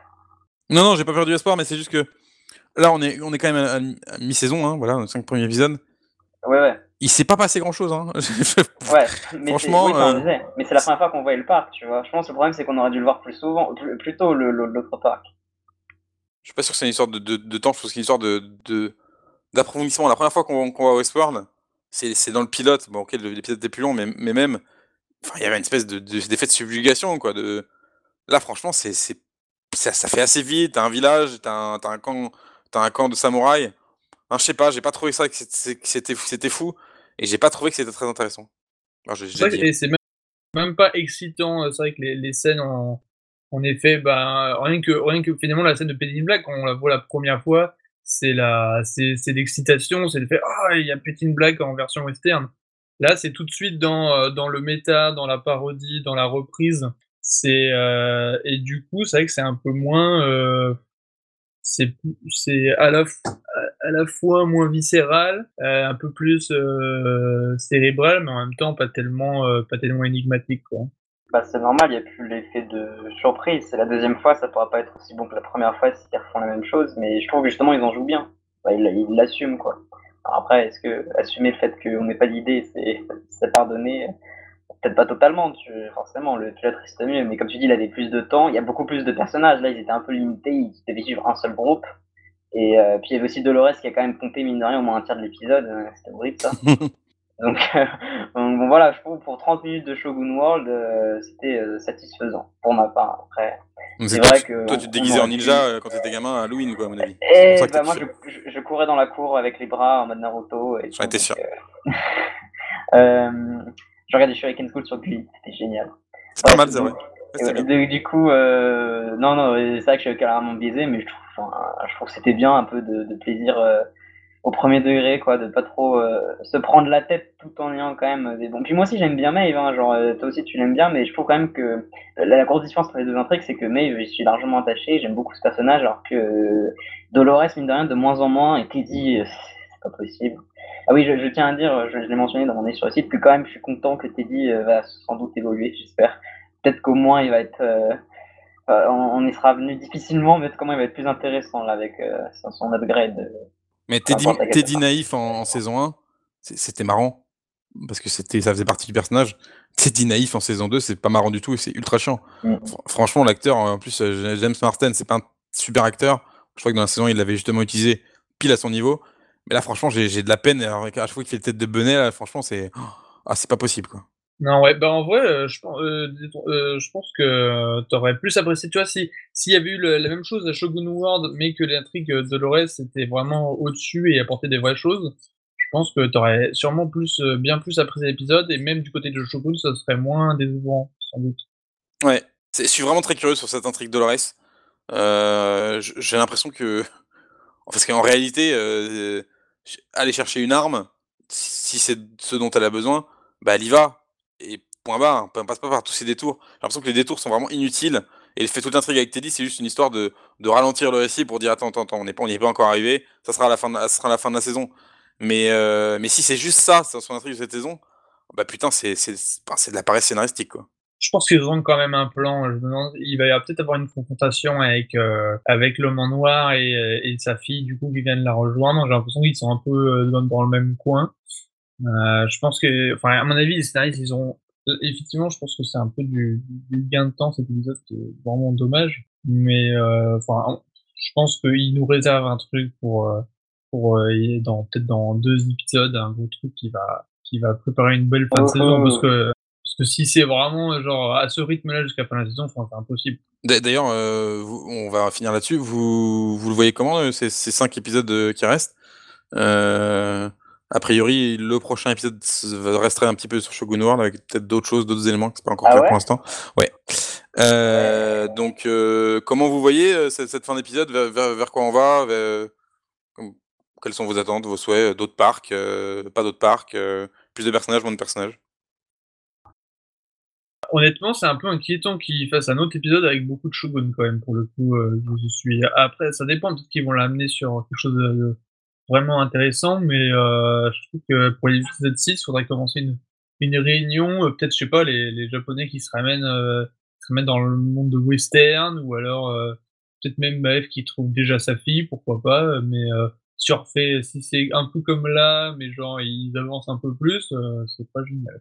Non, non, j'ai pas perdu espoir, mais c'est juste que là, on est, on est quand même à, à mi-saison, hein, voilà, cinq premiers épisodes. Ouais, ouais. Il s'est pas passé grand chose, hein. Ouais, mais franchement. oui, ça on euh... disait. Mais c'est la première fois qu'on voyait le parc, tu vois. Je pense que le problème, c'est qu'on aurait dû le voir plus souvent, plus, plus tôt, le, le, l'autre parc. Je suis pas sûr que c'est une histoire de, de, de temps, je pense que c'est une histoire de, de, d'approfondissement. La première fois qu'on, qu'on va à Westworld, c'est, c'est dans le pilote. Bon, ok, l'épisode était plus long, mais, mais même, enfin, il y avait une espèce de, de, d'effet de subjugation, quoi. De... Là, franchement, c'est, c'est, ça, ça fait assez vite. T'as un village, t'as un, t'as un camp, t'as un camp de samouraïs. Hein, je sais pas, j'ai pas trouvé ça que c'était, que c'était, c'était fou, et j'ai pas trouvé que c'était très intéressant. Alors, j'ai, C'est j'ai vrai dit. que et c'est même même pas excitant, heu, c'est vrai que les les scènes en en effet, ben, rien que rien que finalement la scène de Pékin Black, quand on la voit la première fois, c'est la c'est c'est l'excitation, c'est le fait: «Ah, il y a Pékin Black en version western». Là, c'est tout de suite dans, heu, dans le méta, dans la parodie, dans la reprise. C'est, heu et du coup, c'est vrai que c'est un peu moins, heu, c'est p c'est à la f à à la fois moins viscéral, heu, un peu plus, heu, cérébral, mais en même temps pas tellement, heu, pas tellement énigmatique, quoi. Bah, c'est normal, il y a plus l'effet de surprise. C'est la deuxième fois, ça pourra pas être aussi bon que la première fois s'ils refont la même chose, mais je trouve que justement ils en jouent bien. Bah, ils ils l'assument, quoi. Alors après, est-ce que assumer le fait qu'on n'ait pas d'idée, c'est c'est pardonner? Peut-être pas totalement, tu forcément, le pilote reste mieux, mais comme tu dis, il avait plus de temps, il y a beaucoup plus de personnages. Là, ils étaient un peu limités, ils devaient suivre un seul groupe. Et euh, puis il y avait aussi Dolores qui a quand même pompé, mine de rien, au moins un tiers de l'épisode. euh, C'était horrible, ça. Donc, euh, donc bon, voilà, je trouve pour trente minutes de Shogun World, euh, c'était euh, satisfaisant, pour ma part. Après, Donc c'est c'est toi, vrai tu, qu'on toi, tu te on déguisais en aurait ninja pu. euh, quand t'étais gamin à Halloween, quoi, à mon avis. C'est pour ça Et que t'as bah, tout moi, fait. je, je, je courais dans la cour avec les bras en mode Naruto et J'en tout. étais Donc, sûr. euh, euh, je regardais Shuriken School sur Glee, c'était génial. C'est pas Bref, mal, c'est vrai. donc, Ouais, c'était euh, bien. de- du coup, euh, non, non, c'est vrai que je suis carrément biaisé, mais je trouve, enfin, je trouve que c'était bien un peu de, de plaisir euh, au premier degré, quoi, de pas trop euh, se prendre la tête tout en ayant quand même des bons. Puis moi aussi j'aime bien Maeve, hein, genre euh, toi aussi tu l'aimes bien, mais je trouve quand même que la, la grosse différence entre les deux intrigues, c'est que Maeve, je suis largement attaché, j'aime beaucoup ce personnage, alors que euh, Dolores, mine de rien, de moins en moins, et Teddy, euh, c'est pas possible. Ah oui, je, je tiens à dire, je, je l'ai mentionné dans mon avis sur le site, que quand même je suis content que Teddy euh, va sans doute évoluer, j'espère. Peut-être qu'au moins il va être. Euh, euh, on, on y sera venu difficilement, mais comment il va être plus intéressant là avec euh, son, son upgrade, euh, Mais peu Teddy, importe à quelle Teddy partie. naïf en, en saison un, c'est- c'était marrant. Parce que c'était, ça faisait partie du personnage. Teddy naïf en saison deux, c'est pas marrant du tout et c'est ultra chiant. Mm. Fr- franchement, l'acteur, en plus, euh, James Marsden, c'est pas un super acteur. Je crois que dans la saison, il l'avait justement utilisé pile à son niveau. Mais là, franchement, j'ai j'ai de la peine. Alors, à chaque fois qu'il fait tête de benet, là, franchement, c'est. Ah, c'est pas possible, quoi. Non, ouais, bah, en vrai, heu, je pen heu, heu, je pense que tu aurais plus apprécié, tu vois, si s'il y avait eu le la même chose à Shogun World, mais que l'intrigue de Dolores était vraiment au-dessus et apportait des vraies choses, je pense que tu aurais sûrement plus, heu, bien plus apprécié l'épisode et même du côté de Shogun, ça serait moins décevant, sans doute. Ouais. C'est- Je suis vraiment très curieux sur cette intrigue Dolores. Euh, j- j'ai l'impression que. Parce qu'en réalité, euh, ch- aller chercher une arme, si c'est ce dont elle a besoin, bah elle y va. Et point barre, on passe pas par tous ces détours. J'ai l'impression que les détours sont vraiment inutiles. Et le fait toute l'intrigue avec Teddy, c'est juste une histoire de, de ralentir le récit pour dire attends, attends, attends, on n'est pas, on n'y est pas encore arrivé, ça sera à la fin de, ça sera à la fin de la saison. Mais, euh, mais si c'est juste ça, c'est son intrigue de cette saison, bah putain, c'est c'est c'est enfin, c'est de la paresse scénaristique, quoi. Je pense qu'ils ont quand même un plan, je me demande il va y avoir peut-être avoir une confrontation avec, heu, avec l'homme en noir et heu et sa fille, du coup, qui viennent la rejoindre. J'ai l'impression qu'ils sont un peu, heu, dans dans le même coin. Heu, je pense que, enfin, à mon avis, les scénaristes, ils ont euh, effectivement, je pense que c'est un peu du du gain de temps cet épisode qui est vraiment dommage. Mais, heu, enfin, je pense qu'il nous réserve un truc pour, euh, pour euh, y- dans peut-être dans deux épisodes, un gros truc qui va, qui va préparer une belle fin de Oh, saison, parce oh. que, parce que si c'est vraiment euh, genre à ce rythme-là jusqu'à la fin de la saison, enfin, c'est impossible. D'a- D'ailleurs, euh, vous- on va finir là-dessus. Vous, vous le voyez comment, euh, ces, ces cinq épisodes euh, qui restent? Euh, A priori, le prochain épisode s- va- resterait un petit peu sur Shogun World avec peut-être d'autres choses, d'autres éléments que c'est pas encore Ah clair pour ouais? l'instant. Ouais. Euh, donc, euh, comment vous voyez euh, cette, cette fin d'épisode? Vers, vers- vers quoi on va? Vers- comme- quelles sont vos attentes, vos souhaits? D'autres parcs? euh, pas d'autres parcs? euh, plus de personnages, moins de personnages? Honnêtement, c'est un peu inquiétant qu'ils fassent un autre épisode avec beaucoup de Shogun quand même, pour le coup. Euh, je suis. Après, ça dépend, peut-être qu'ils vont l'amener sur quelque chose de, de vraiment intéressant, mais euh, je trouve que pour les épisodes six, il faudrait commencer une, une réunion, euh, peut-être, je sais pas, les, les Japonais qui se ramènent, euh, se ramènent dans le monde de western, ou alors euh, peut-être même Maef qui trouve déjà sa fille, pourquoi pas, euh, mais euh, surfait, si c'est un peu comme là, mais genre ils avancent un peu plus, euh, c'est pas génial.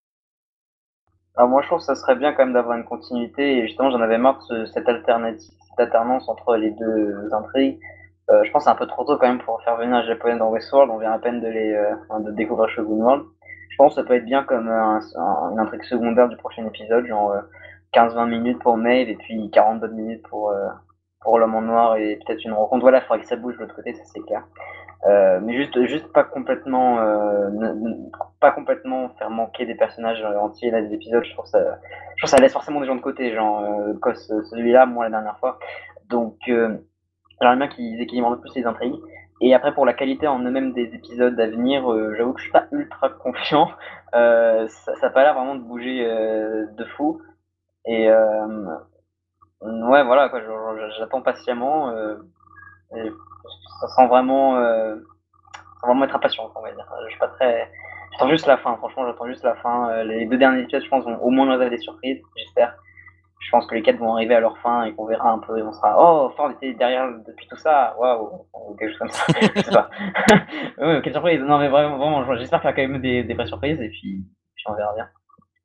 Alors moi je trouve que ça serait bien quand même d'avoir une continuité et justement j'en avais marre de ce- cette alternative, cette alternance entre les deux intrigues. Euh, je pense que c'est un peu trop tôt quand même pour faire venir les Japonais dans Westworld, on vient à peine de les euh, enfin, de découvrir Shogun World. Je pense que ça peut être bien comme un- un- une intrigue secondaire du prochain épisode, genre euh, quinze vingt minutes pour Maeve et puis quarante d'autres minutes pour, euh, pour l'homme en noir et peut-être une rencontre. Voilà, il faudrait que ça bouge de l'autre côté, ça c'est clair. Euh, mais juste, juste pas complètement, euh, ne- ne- pas complètement faire manquer des personnages euh, entiers là des épisodes. Je trouve ça, je trouve ça laisse forcément des gens de côté, genre euh, Cos, euh, celui-là, moi la dernière fois. Donc, euh, j'aimerais bien qu'ils équilibrent un peu plus les intrigues. Et après pour la qualité en eux-mêmes des épisodes à venir, euh, j'avoue que je suis pas ultra confiant. Euh, ça, ça a pas l'air vraiment de bouger euh, de fou. Et euh, ouais, voilà quoi, je- je- j'attends patiemment. Euh, et ça sent vraiment. Euh, ça va vraiment être impatient, on va dire. Je suis pas très. J'attends juste la fin, franchement, j'attends juste la fin. Euh, Les deux derniers épisodes, je pense, vont au moins nous réserver des surprises, j'espère. Je pense que les quatre vont arriver à leur fin et qu'on verra un peu et on sera oh, Ford était derrière depuis tout ça, waouh, ou quelque chose comme ça, je sais pas. Ouais, quelle surprise, non mais vraiment, vraiment j'espère qu'il y a quand même des, des vraies surprises et puis, puis on verra bien.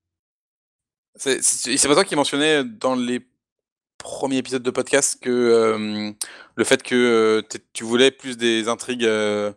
C'est c'est- c'est pas toi qui mentionnais dans les premiers épisodes de podcast que euh, le fait que euh, t'es- tu voulais plus des intrigues euh,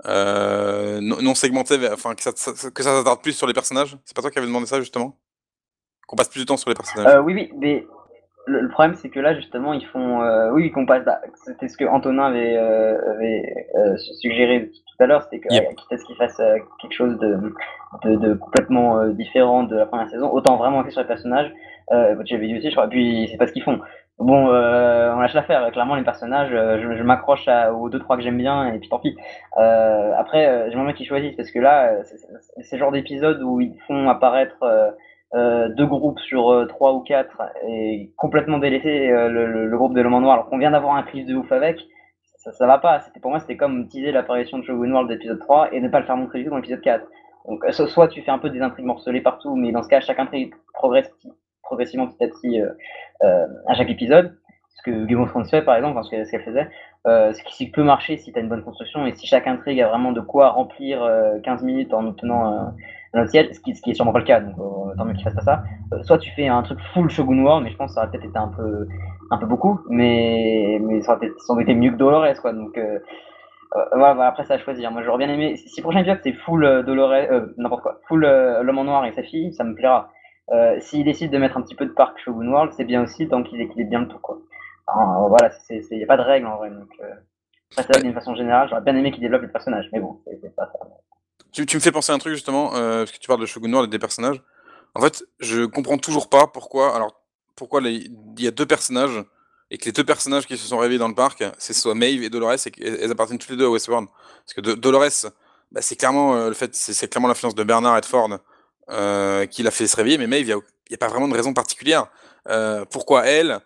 euh, non, non segmentées, enfin que ça, ça- que ça s'attarde plus sur les personnages. C'est pas toi qui avais demandé ça justement? Qu'on passe plus de temps sur les personnages. Euh, oui, oui, mais le, le problème, c'est que là, justement, ils font. Euh, oui, qu'on passe. Bah, c'était ce que Antonin avait, euh, avait euh, suggéré tout à l'heure, c'était que, Yep. ouais, quitte à ce qu'ils fassent euh, quelque chose de, de, de complètement euh, différent de la première saison, autant vraiment axer sur les personnages. Euh, tu avais dit aussi, je crois. Puis, c'est pas ce qu'ils font. Bon, euh, on lâche l'affaire. Clairement, les personnages, euh, je, je m'accroche à- aux deux trois que j'aime bien, et puis tant pis. Euh, après, euh, j'aimerais bien qu'ils choisissent, parce que là, euh, c'est c'est- c'est le genre d'épisode où ils font apparaître. Euh, euh, deux groupes sur euh, trois ou quatre et complètement délaissé euh, le, le, le groupe de l'homme en noir alors qu'on vient d'avoir un cliff de ouf avec, ça, ça va pas. C'était, pour moi, c'était comme teaser l'apparition de Shogun World d'épisode trois et ne pas le faire montrer du tout dans l'épisode quatre. Donc, euh, so- soit tu fais un peu des intrigues morcelées partout, mais dans ce cas, chaque intrigue progresse petit- progressivement petit à petit euh, euh, à chaque épisode. Ce que Game of Thrones fait, par exemple, parce que ce qu'elle faisait, euh, ce qui peut marcher si tu as une bonne construction et si chaque intrigue a vraiment de quoi remplir euh, quinze minutes en obtenant euh, un autre ciel, ce qui, ce qui est sûrement pas le cas, donc euh, tant mieux qu'ils fassent pas ça. Euh, soit tu fais un truc full Shogun War, mais je pense que ça aurait peut-être été un peu, un peu beaucoup, mais, mais ça aurait, ça aurait été mieux que Dolores, quoi. Donc euh, euh, voilà, voilà, après ça à choisir. Moi j'aurais bien aimé, si si le prochain épisode c'est full euh, Dolores, euh, n'importe quoi, full euh, l'homme en noir et sa fille, ça me plaira. Euh, S'ils décident de mettre un petit peu de parc Shogun World, c'est bien aussi, tant qu'ils équilibrent bien le tout, quoi. Enfin, euh, voilà, il n'y a pas de règle en vrai, donc euh, après ça Bah, d'une façon générale, j'aurais bien aimé qu'ils développent le personnage, mais bon, c'est c'est pas ça. tu, tu me fais penser à un truc justement, euh, parce que tu parles de Shogun World et des personnages. En fait, je comprends toujours pas pourquoi. Alors, pourquoi les- il y a deux personnages et que les deux personnages qui se sont réveillés dans le parc, c'est soit Maeve et Dolores et qu'elles appartiennent toutes les deux à Westworld. Parce que de- Dolores, bah, c'est clairement euh, le fait, c'est c'est clairement l'influence de Bernard Redford euh, qui l'a fait se réveiller. Mais Maeve, il y a, il y a pas vraiment de raison particulière. Euh, pourquoi elle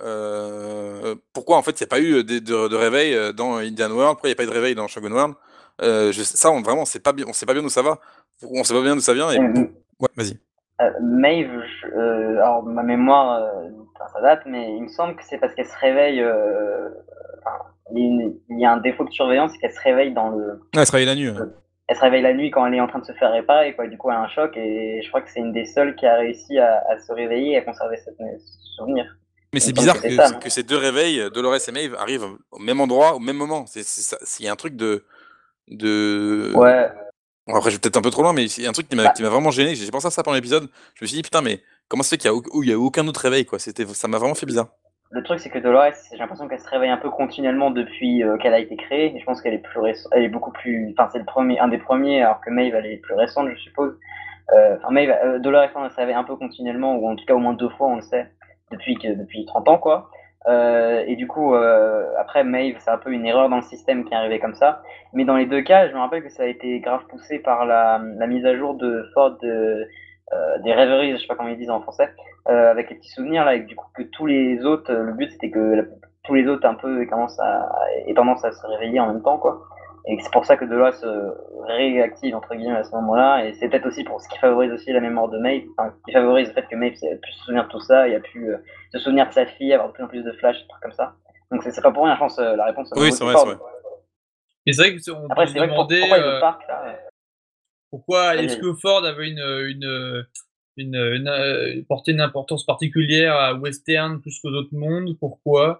euh, Pourquoi en fait il n'y a pas eu de, de- de réveil euh, dans Indian World? Pourquoi il n'y a pas eu de réveil dans Shogun World? Euh, je- ça, on, vraiment, on sait pas bien, on sait pas bien d'où ça va. On sait pas bien d'où ça vient et Et, pour... Ouais, vas-y. Euh, Maeve, je- euh, alors ma mémoire, euh, enfin, ça date, mais il me semble que c'est parce qu'elle se réveille. Euh, enfin, il, y a une- il y a un défaut de surveillance, c'est qu'elle se réveille dans le. Ouais, elle se réveille la nuit. Ouais. le- Elle se réveille la nuit quand elle est en train de se faire réparer, quoi. Du coup, elle a un choc et je crois que c'est une des seules qui a réussi à, à se réveiller et à conserver cette- ce souvenir. Mais c'est Il me semble bizarre que c'est que, ça, non que ces deux réveils, Dolores et Maeve, arrivent au même endroit, au même moment. C'est, c'est ça- c'est- Il y a un truc de. de... Ouais, Bon, après, je vais peut-être un peu trop loin, mais il y a un truc qui m'a, bah, qui m'a vraiment gêné. J'ai pensé à ça pendant l'épisode. Je me suis dit, putain, mais comment ça fait qu'il y a, au- où il y a aucun autre réveil, quoi. C'était, ça m'a vraiment fait bizarre. le truc, c'est que Dolores, j'ai l'impression qu'elle se réveille un peu continuellement depuis euh, qu'elle a été créée. Et je pense qu'elle est plus récente, elle est beaucoup plus, enfin, c'est le premier, un des premiers, alors que Maeve, elle est plus récente, je suppose. Euh, Enfin, Maeve, euh, Dolores, elle se réveille un peu continuellement, ou en tout cas au moins deux fois, on le sait, depuis que, depuis trente ans, quoi. Euh, et du coup, euh, après, Maeve, c'est un peu une erreur dans le système qui est arrivée comme ça. Mais dans les deux cas, je me rappelle que ça a été grave poussé par la, la mise à jour de Ford de, euh, des rêveries, je sais pas comment ils disent en français, euh, avec les petits souvenirs là, avec du coup que tous les autres, euh, le but c'était que la- tous les autres un peu commencent à aient tendance à se réveiller en même temps quoi. Et c'est pour ça que Dolores se réactive entre guillemets à ce moment-là, et c'est peut-être aussi pour ce qui favorise aussi la mémoire de Maeve, enfin, qui favorise le fait que Maeve ait pu se souvenir de tout ça, et a pu euh, se souvenir de sa fille, avoir de plus en plus de flashs, des trucs comme ça. Donc c'est c'est pas pour rien, je pense, euh, la réponse à Oui, nouveau c'est c'est vrai, c'est Ford. vrai. Et c'est vrai qu'on peut Après se c'est vrai que pour- demander pourquoi les autres euh, parcs, ça, euh, pourquoi vas-y, est-ce vas-y. que Ford avait une, une, une, une, euh, porté une importance particulière à Western plus qu'aux autres mondes. Pourquoi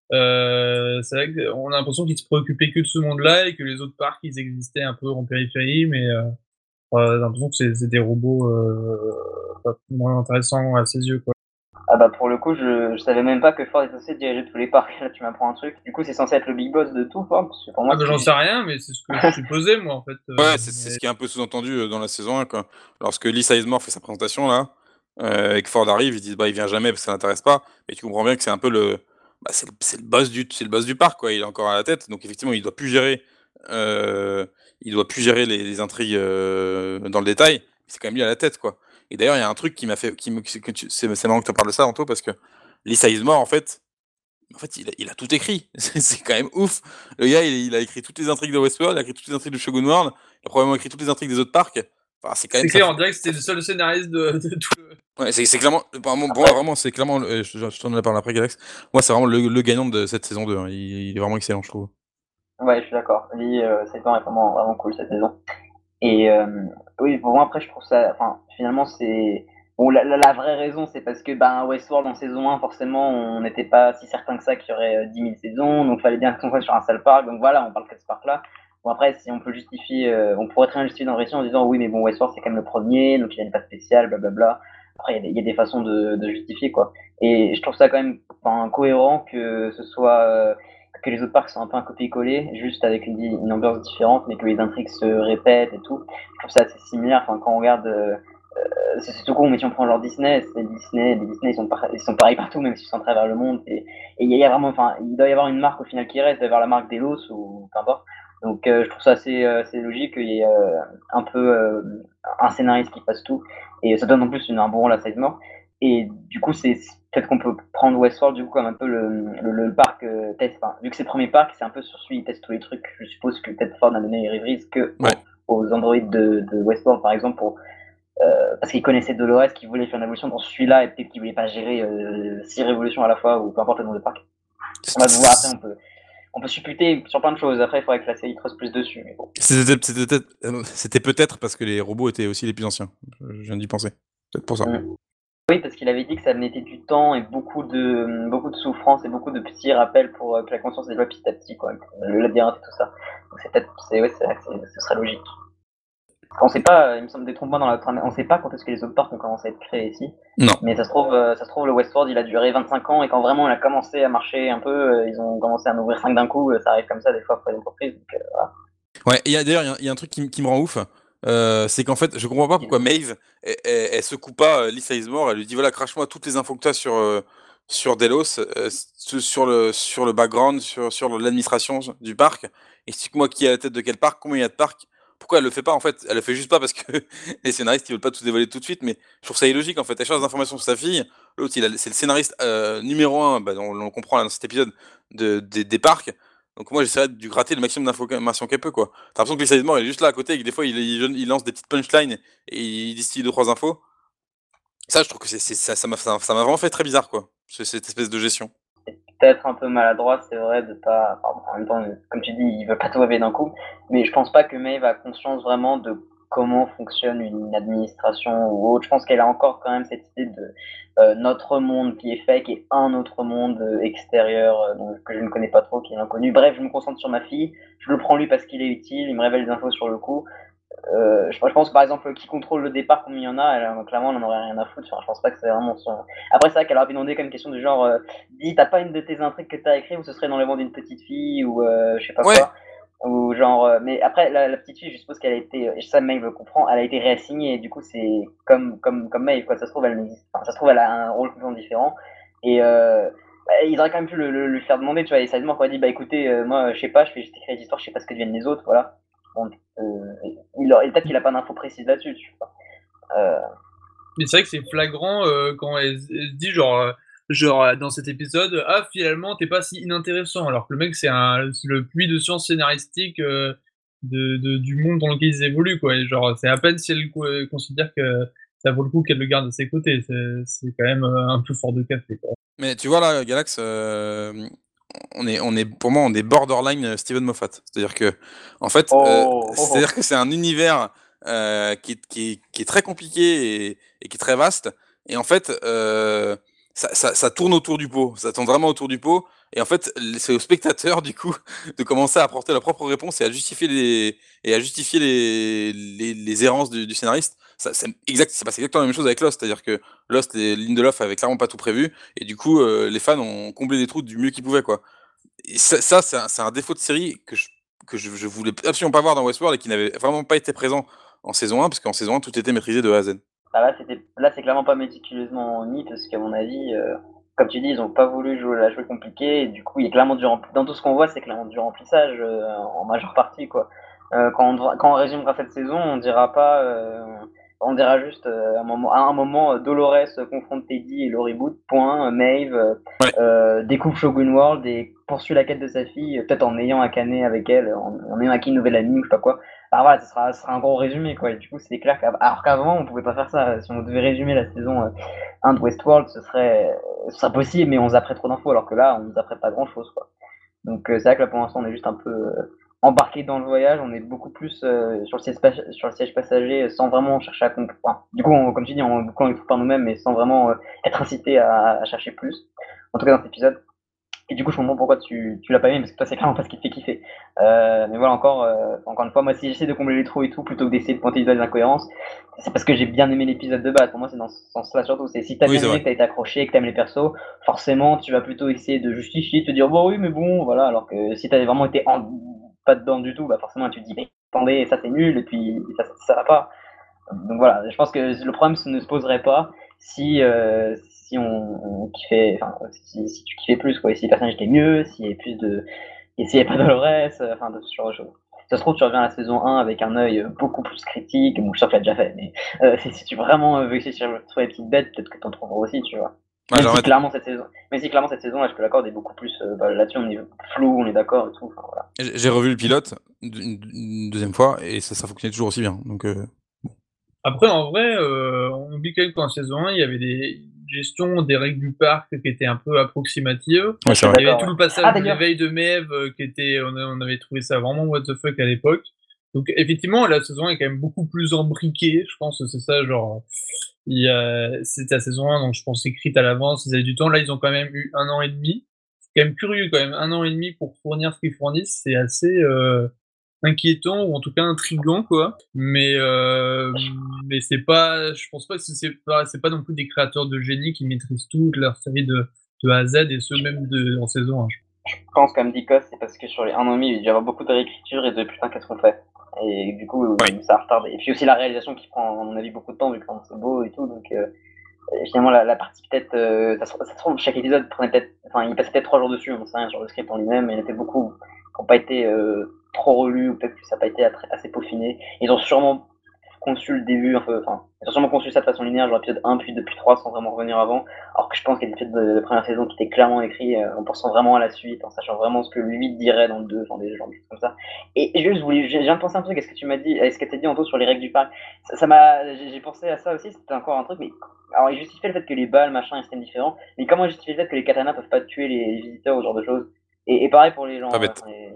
euh, C'est vrai qu'on a l'impression qu'il se préoccupait que de ce monde-là et que les autres parcs, ils existaient un peu en périphérie, mais euh, ouais, j'ai l'impression que c'est, c'est des robots euh, pas moins intéressants à ses yeux, quoi. Ah bah pour le coup, je, je savais même pas que Ford est censé diriger tous les parcs. Là, tu m'apprends un truc. Du coup, c'est censé être le big boss de tout, Ford, parce que pour moi, Ah bah c'était j'en sais juste. rien, mais c'est ce que je supposais, moi, en fait. Ouais, Euh, c'est c'est mais- ce qui est un peu sous-entendu euh, dans la saison un, quoi. Lorsque Lee Sizemore fait sa présentation, là, euh, et que Ford arrive, ils disent, bah, il vient jamais parce que ça l'intéresse pas. Mais tu comprends bien que c'est un peu le, bah, c'est le, c'est le boss du, c'est le boss du parc, quoi. Il est encore à la tête. Donc, effectivement, il doit plus gérer, euh, il doit plus gérer les, les intrigues, euh, dans le détail. C'est quand même lui à la tête, quoi. Et d'ailleurs, il y a un truc qui m'a fait, qui me, que tu- c'est c'est marrant que tu parles de ça, Anto, parce que Lee Sizemore, en fait, en fait, il a, il a tout écrit. C'est c'est quand même ouf. Le gars, il, il a écrit toutes les intrigues de Westworld, il a écrit toutes les intrigues de Shogun World, il a probablement écrit toutes les intrigues des autres parcs. Enfin, c'est quand même C'est ça clair, on fait. dirait que Ça c'était le fait... seul scénariste de, de tout le... Ouais, c'est c'est clairement. Pour moi, pour moi, Après, vraiment, c'est clairement. euh, Je, je, je t'en ai parlé après, Galax. Moi, c'est vraiment le, le gagnant de cette saison deux, hein. Il, il est vraiment excellent, je trouve. ouais, je suis d'accord. Lee, euh, c'est vraiment, vraiment cool cette saison. Et euh, oui, pour moi, après, je trouve ça. Enfin, finalement, c'est. Bon, la, la, la vraie raison, c'est parce que ben, Westworld en saison un, forcément, on n'était pas si certain que ça qu'il y aurait euh, dix mille saisons, donc il fallait bien qu'on soit sur un seul parc, donc voilà, on parle que de ce parc-là. Bon, après, si on peut justifier, euh, on pourrait très bien justifier dans le récit en disant oui, mais bon, Westworld, c'est quand même le premier, donc il a une phase spéciale, blablabla. Après, il y, y, a des façons de, de justifier, quoi. Et je trouve ça quand même enfin, cohérent que ce soit. Euh, que les autres parcs sont un peu un copier-coller, juste avec une, une ambiance différente, mais que les intrigues se répètent et tout. Je trouve ça assez similaire. Enfin, quand on regarde, euh, c'est surtout con, mais si on prend genre Disney, c'est Disney, les Disney ils sont, par, ils sont pareils partout, même s'ils sont à travers le monde. Et il y, y a vraiment, enfin, il doit y avoir une marque au final qui reste, il doit y avoir la marque d'Elos ou peu importe. Donc euh, je trouve ça assez, euh, assez logique qu'il y ait euh, un peu euh, un scénariste qui fasse tout, et ça donne en plus une, un bon rôle à Sizemore. Et du coup, c'est peut-être qu'on peut prendre Westworld du coup comme un peu le, le, le parc euh, test. Enfin, vu que c'est le premier parc, c'est un peu sur celui qui teste tous les trucs. Je suppose que peut-être Ford a donné les rêveries que Ouais. aux, aux androïdes de, de Westworld par exemple pour euh, parce qu'il connaissait Dolores, qu'il voulait faire une évolution dans celui-là, et peut-être qu'il voulait pas gérer euh, six révolutions à la fois, ou peu importe le nombre de parcs. On va voir, après on peut, on peut supputer sur plein de choses, après il faudrait que la série creuse plus dessus, mais bon. C'était c'était peut-être euh, c'était peut-être parce que les robots étaient aussi les plus anciens. Je viens d'y penser. Peut-être pour ça. Mm. Oui, parce qu'il avait dit que ça mettait du temps et beaucoup de, beaucoup de souffrance et beaucoup de petits rappels pour euh, que la conscience se développe petit à petit, quoi. Le labyrinthe et tout ça. Donc c'est peut-être, c'est, ouais, c'est vrai que c'est- ce serait logique. On sait pas, euh, il me semble des trompe-moi dans la trame, on sait pas quand est-ce que les autres parcs ont commencé à être créés ici. Non. Mais ça se trouve, euh, ça se trouve, le Westworld, il a duré vingt-cinq ans, et quand vraiment il a commencé à marcher un peu, euh, ils ont commencé à en ouvrir cinq d'un coup, euh, ça arrive comme ça des fois pour les entreprises. Donc, euh, voilà. Ouais, et il y a- d'ailleurs, il y a- il y, a un truc qui, m- qui me rend ouf. Euh, c'est qu'en fait, je comprends pas pourquoi Maeve, elle, elle, elle secoue pas euh, Lee Sizemore, elle lui dit voilà, crache-moi toutes les infos que tu as sur, euh, sur Delos, euh, su- sur, le, sur le background, sur, sur l'administration du parc. Explique-moi qui est à la tête de quel parc, combien il y a de parcs. Pourquoi elle le fait pas en fait? Elle le fait juste pas parce que les scénaristes ils veulent pas tout dévoiler tout de suite, mais je trouve ça illogique en fait. Elle cherche des informations sur sa fille, l'autre il a- c'est le scénariste euh, numéro un, bah, on, on le comprend là, dans cet épisode, de, des, des parcs. Donc moi j'essaierai de gratter le maximum d'informations qu'elle peut quoi. T'as l'impression que Lisa Edmond elle est juste là à côté et que des fois il, il, il lance des petites punchlines et il distille deux trois infos. Ça je trouve que c'est, c'est- ça, ça m'a ça, ça m'a vraiment fait très bizarre quoi. C'est- Cette espèce de gestion. C'est peut-être un peu maladroit, c'est vrai, de pas. Enfin, en même temps, comme tu dis, il veut pas tout révéler d'un coup, mais je pense pas que Maeve a conscience vraiment de comment fonctionne une administration ou autre. Je pense qu'elle a encore quand même cette idée de euh, notre monde qui est fake et un autre monde euh, extérieur euh, donc, que je ne connais pas trop, qui est inconnu. Bref, je me concentre sur ma fille, je le prends lui parce qu'il est utile, il me révèle des infos sur le coup. Euh, je, je pense que par exemple, qui contrôle le départ, comme il y en a, elle, euh, clairement, elle en aurait rien à foutre. Enfin, je pense pas que c'est vraiment son. Après, c'est vrai qu'elle aurait pu demander comme question du genre, euh, dis, t'as pas une de tes intrigues que t'as écrit ou ce serait l'enlèvement d'une petite fille ou euh, je sais pas Ouais, quoi. Ou genre, euh, mais après, la, la petite fille, je suppose qu'elle a été, et ça Maeve comprend, elle a été réassignée et du coup, c'est comme, comme, comme Maeve, quoi. Ça se trouve, elle n'existe enfin, ça se trouve, elle a un rôle complètement différent. Et euh, bah, ils auraient quand même pu le, le, le faire demander, tu vois. Et ça demande, quoi, dit, bah écoutez, euh, moi, je sais pas, je fais juste écrire des histoires, je sais pas ce que deviennent les autres, voilà. Bon, euh, il aurait- peut-être qu'il a pas d'infos précises là-dessus, tu vois. Euh, Mais c'est vrai que c'est flagrant euh, quand elle, elle se dit genre, euh, genre euh, dans cet épisode, ah finalement t'es pas si inintéressant, alors que le mec c'est un c'est le puits de science scénaristique euh, de, de- du monde dans lequel ils évoluent quoi. Et genre c'est à peine si elle co- considère que ça vaut le coup qu'elle le garde à ses côtés. C'est c'est quand même euh, un peu fort de café quoi. mais tu vois là, Galax, euh, on est, on est, pour moi, on est borderline euh, Steven Moffat. C'est-à-dire que, en fait, euh, Oh, oh, c'est-à-dire oh. que c'est un univers euh, qui, est- qui, est- qui est très compliqué et, et qui est très vaste. Et en fait, euh, ça, ça, ça tourne autour du pot. Ça tourne vraiment autour du pot. Et en fait, c'est aux spectateurs, du coup, de commencer à apporter leur propre réponse et à justifier les, et à justifier les, les, les errances du, du scénariste. Ça, c'est exact, c'est passé exactement la même chose avec Lost. C'est-à-dire que Lost, les Lindelof avait clairement pas tout prévu. Et du coup, euh, les fans ont comblé des trous du mieux qu'ils pouvaient, quoi. Et ça, ça c'est un, c'est un défaut de série que je, que je, je voulais absolument pas voir dans Westworld et qui n'avait vraiment pas été présent en saison un, parce qu'en saison un, tout était maîtrisé de A à Z. Bah là, c'était, là, c'est clairement pas méticuleusement mis parce qu'à mon avis, euh, comme tu dis, ils ont pas voulu jouer, la jouer compliquée et du coup, il y a clairement du rempli- dans tout ce qu'on voit, c'est clairement du remplissage euh, en majeure partie quoi. Euh, quand, on, devra- quand on résumera cette saison, on dira pas, euh, on dira juste euh, un moment, à un moment, euh, Dolores confronte Teddy et le reboot. Point. euh, Maeve euh, Ouais. euh, découvre Shogun World et poursuit la quête de sa fille, euh, peut-être en ayant un canet avec elle, en, en ayant acquis une nouvelle amie ou je sais pas quoi. Ah voilà, ce sera, ce sera un gros résumé quoi. Et du coup, c'est clair qu'avant, alors qu'avant, on pouvait pas faire ça. Si on devait résumer la saison euh, un de Westworld, ce serait, ce serait possible, mais on zapperait trop d'infos, alors que là, on zapperait pas grand chose quoi. Donc euh, c'est vrai que là pour l'instant, on est juste un peu euh, embarqué dans le voyage. On est beaucoup plus euh, sur le siège, pas- sur le siège passager, euh, sans vraiment chercher à comprendre. Enfin, du coup, on- comme tu dis, on beaucoup on les trouve par nous-mêmes, mais sans vraiment euh, être incité à, à chercher plus. En tout cas, dans cet épisode. Et du coup, je comprends pourquoi tu, tu l'as pas aimé, parce que toi, c'est clairement pas ce qui te fait kiffer. Euh, mais voilà, encore, euh, encore une fois, moi, si j'essaie de combler les trous et tout, plutôt que d'essayer de pointer du doigt des incohérences, c'est parce que j'ai bien aimé l'épisode de base. Pour moi, c'est dans ce sens-là surtout. C'est si t'as Oui, bien c'est aimé, vrai. que t'as été accroché, que t'aimes les persos, forcément, tu vas plutôt essayer de justifier, te dire, bon, oui, mais bon, voilà. Alors que si t'avais vraiment été en, pas dedans du tout, bah forcément, tu te dis, mais attendez, ça c'est nul, et puis ça, ça, ça va pas. Donc voilà, je pense que le problème ne se poserait pas si, euh, si on, on kiffait, enfin, si, si tu kiffais plus, quoi, si les personnages étaient mieux, s'il y avait plus de, et s'il n'y avait pas Dolores, euh, enfin, de ce genre de choses. Si ça se trouve, tu reviens à la saison un avec un œil euh, beaucoup plus critique, bon, je suis sûr que tu l'as déjà fait, mais euh, si, si tu vraiment euh, veux essayer de trouver les petites bêtes, peut-être que tu en trouveras aussi, tu vois. Ouais, Même j'en si mets- clairement cette saison, même si clairement cette saison, là, je te l'accorde, est beaucoup plus, euh, bah, là-dessus, on est flou, on est d'accord et tout, enfin, voilà. J'ai j'ai revu le pilote une, une deuxième fois et ça, ça fonctionnait toujours aussi bien. Donc, euh, Après, en vrai, euh, on oublie quand même qu'en saison un, il y avait des gestions des règles du parc qui étaient un peu approximatives. Je ouais, c'est suis vrai. Il y avait d'accord, tout ouais. le passage Ah, de d'ailleurs, l'éveil de Maeve euh, qui était, on, a- on avait trouvé ça vraiment what the fuck à l'époque. Donc effectivement, la saison un est quand même beaucoup plus embriquée. Je pense que c'est ça, genre, il y a, c'était la saison un, donc je pense écrite à l'avance, ils avaient du temps. Là, ils ont quand même eu un an et demi. C'est quand même curieux, quand même, un an et demi pour fournir ce qu'ils fournissent, c'est assez euh, inquiétant ou en tout cas intriguant, quoi. Mais euh, mais c'est pas, je pense pas que c'est pas, c'est pas non plus des créateurs de génie qui maîtrisent toute leur série de de A à Z et ceux même de en saison un. je pense, comme dit Cos, c'est parce que sur les un an et demi, il y a dû y avoir beaucoup de réécriture et de putain, qu'est-ce qu'on fait? Et du coup, Ouais. euh, ça a retardé. Et puis aussi la réalisation qui prend, à mon avis, beaucoup de temps, vu que c'est beau et tout. Donc, euh, finalement, la, la partie peut-être, euh, ça, se- ça se trouve, chaque épisode prenait peut-être, enfin, il passait peut-être trois jours dessus, on sait rien sur le script en lui-même, mais il y en a peut-être beaucoup qui n'ont pas été euh, trop relus, ou peut-être que ça n'a pas été attra- assez peaufiné. Ils ont sûrement conçu le début un peu, enfin, ils ont sûrement conçu ça de façon linéaire, genre épisode un, puis deux, puis trois, sans vraiment revenir avant. Alors que je pense qu'il y a des épisodes de, de première saison qui étaient clairement écrits euh, en pensant vraiment à la suite, en sachant vraiment ce que lui dirait dans le deux, enfin, des genres de choses comme ça. Et juste, je voulais, j'ai j'ai viens de penser à un truc, à ce que tu m'as dit, à ce que tu as dit en tout sur les règles du parc. Ça ça m'a, j'ai j'ai pensé à ça aussi, c'était encore un truc, mais alors il justifiait le fait que les balles, machin, un système différent, mais comment justifier le fait que les katanas peuvent pas tuer les, les visiteurs ou ce genre de choses? Et, et pareil pour les Pas gens, euh, bête. enfin, les,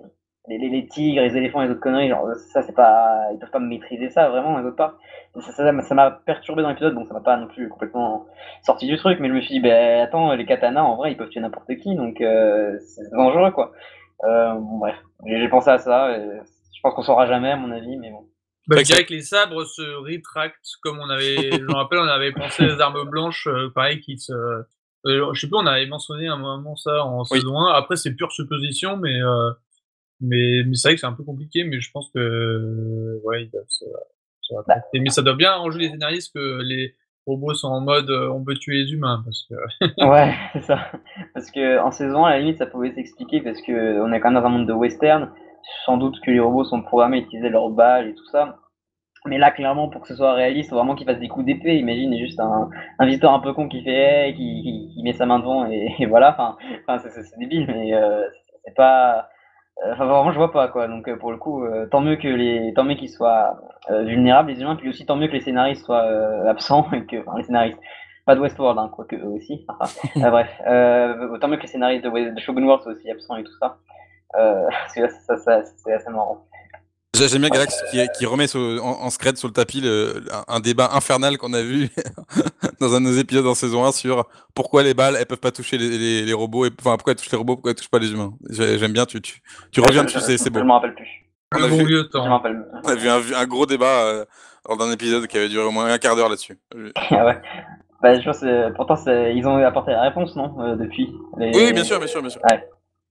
les, les, les tigres, les éléphants, les autres conneries, genre ça c'est pas, ils peuvent pas maîtriser ça vraiment, les autres pas. Ça, ça, ça m'a perturbé dans l'épisode, bon ça m'a pas non plus complètement sorti du truc, mais je me suis dit, ben attends, les katanas en vrai ils peuvent tuer n'importe qui, donc euh, c'est dangereux quoi. Euh, bon bref, j'ai, j'ai pensé à ça, et je pense qu'on saura jamais à mon avis, mais bon. Bah, je dirais que les sabres se rétractent, comme on avait, je me rappelle, on avait pensé les armes blanches, euh, pareil, qui se, euh, je sais plus, on avait mentionné à un moment ça en Oui. saison un. Après, c'est pure supposition, mais, euh, mais, mais c'est vrai que c'est un peu compliqué, mais je pense que, euh, ouais, ils doivent se, se rétracter. Mais ça doit bien arranger les scénaristes que les robots sont en mode, euh, on peut tuer les humains, parce que. Ouais, c'est ça. Parce que en saison un, à la limite, ça pouvait s'expliquer parce que on est quand même dans un monde de western. Sans doute que les robots sont programmés à utiliser leurs balles et tout ça. Mais là, clairement, pour que ce soit réaliste, faut vraiment qu'il fasse des coups d'épée. Imagine, il y a juste un, un visiteur un peu con qui fait, hey, qui, qui, qui met sa main devant et, et voilà. Enfin, enfin c'est, c'est, c'est débile, mais euh, c'est pas. Enfin, vraiment, je vois pas quoi. Donc, euh, pour le coup, euh, tant mieux que les, tant mieux qu'ils soient euh, vulnérables les humains, puis aussi tant mieux que les scénaristes soient euh, absents et que, enfin, les scénaristes, pas de Westworld, hein, quoique eux aussi. Enfin, euh, bref, euh, tant mieux que les scénaristes de, de Shogun World soient aussi absents et tout ça. Euh, parce que là, ça, ça, c'est assez marrant. J'aime bien Galax qui, qui remet sur, en, en scred sur le tapis le, un, un débat infernal qu'on a vu dans un de nos épisodes en saison un sur pourquoi les balles elles peuvent pas toucher les, les, les robots, et, enfin pourquoi elles touchent les robots, pourquoi elles touchent pas les humains. J'aime bien, tu, tu, tu reviens dessus, c'est, c'est beau. Je m'en rappelle plus. On Le a, bon vu, vieux Je temps. m'en rappelle. on a vu un, un gros débat euh, lors d'un épisode qui avait duré au moins un quart d'heure là-dessus. Ah ouais. Bah, je pense, euh, pourtant, c'est, ils ont apporté la réponse, non, euh, depuis les... Oui, oui, bien sûr, bien sûr, bien sûr. Ouais.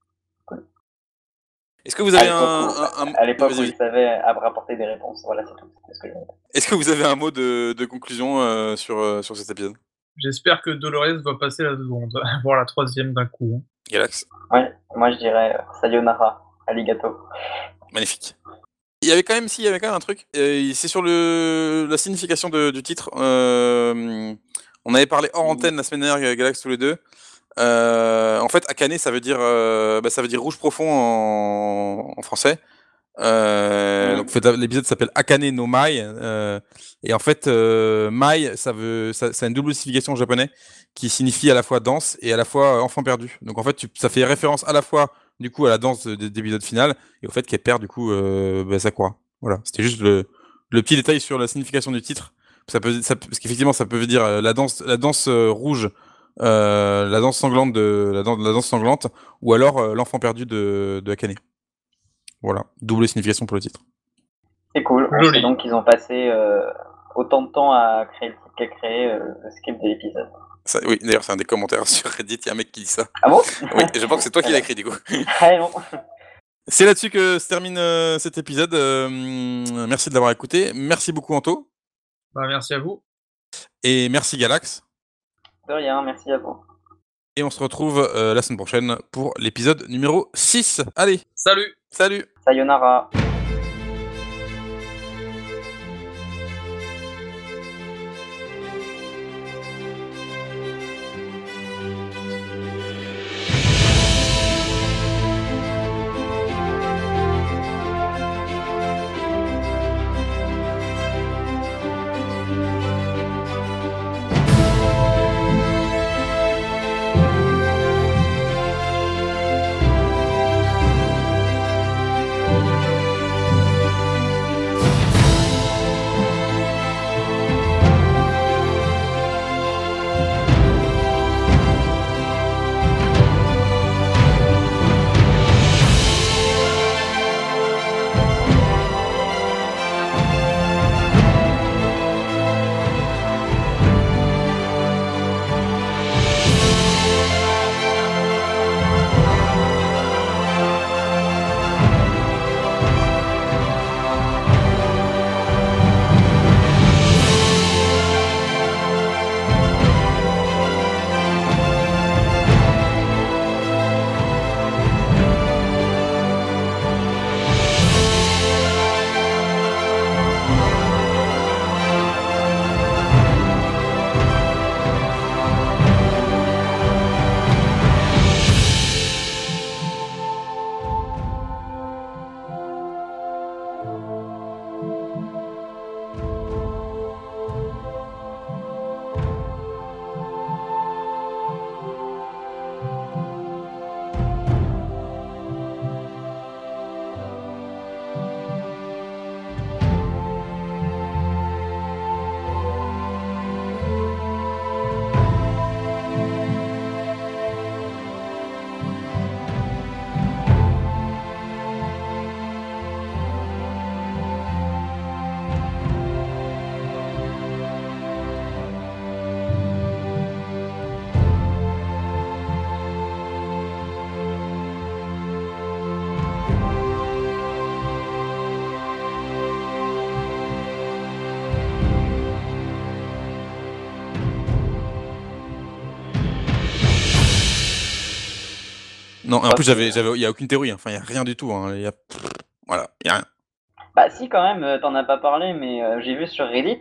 Est-ce que vous avez à un, l'époque, un, un... où, à l'époque Vas-y, où vas-y. ils savaient apporter des réponses. Voilà, c'est tout. C'est ce que je... Est-ce que vous avez un mot de, de conclusion euh, sur, euh, sur cet épisode? J'espère que Dolores va passer la seconde, voire la troisième d'un coup. Galax. Ouais, moi je dirais euh, sayonara, arigato. Magnifique. Il y avait quand même, si, il y avait quand même un truc. Euh, c'est sur le la signification de, du titre. Euh, on avait parlé hors antenne la semaine dernière, Galax tous les deux. Euh, en fait, Akane, ça veut dire, euh, bah, ça veut dire rouge profond en, en français. Euh, Mhm. donc, en fait, l'épisode s'appelle Akane no Mai. Euh, et en fait, euh, Mai, ça veut, ça, ça a une double signification en japonais qui signifie à la fois danse et à la fois enfant perdu. Donc, en fait, tu, ça fait référence à la fois du coup à la danse de, de, de l'épisode final et au fait qu'elle perd du coup euh, bah, Sakura. Voilà, c'était juste le, le petit détail sur la signification du titre. Ça peut, ça, parce qu'effectivement, ça peut dire euh, la danse, la danse euh, rouge, euh, la danse sanglante de la, dan- la danse sanglante, ou alors euh, l'enfant perdu de, de Akane. Voilà, double signification pour le titre. C'est cool. On Joli. sait donc qu'ils ont passé euh, autant de temps à créer le titre qu'à créer euh, le script de l'épisode. Ça, oui, d'ailleurs, c'est un des commentaires sur Reddit, il y a un mec qui dit ça. Ah bon? Oui, et je pense que c'est toi qui l'as écrit du coup. Ah bon. C'est là-dessus que se termine euh, cet épisode. Euh, merci de l'avoir écouté. Merci beaucoup, Anto. Bah, merci à vous. Et merci, Galax. De rien, merci à vous. Et on se retrouve euh, la semaine prochaine pour l'épisode numéro six. Allez, Salut. salut. Sayonara. Non, en Parce plus, que- j'avais, j'avais, il y a aucune théorie. hein. Enfin, il y a rien du tout. hein. Il y a, voilà, il y a rien. Bah si quand même, euh, t'en as pas parlé, mais euh, j'ai vu sur Reddit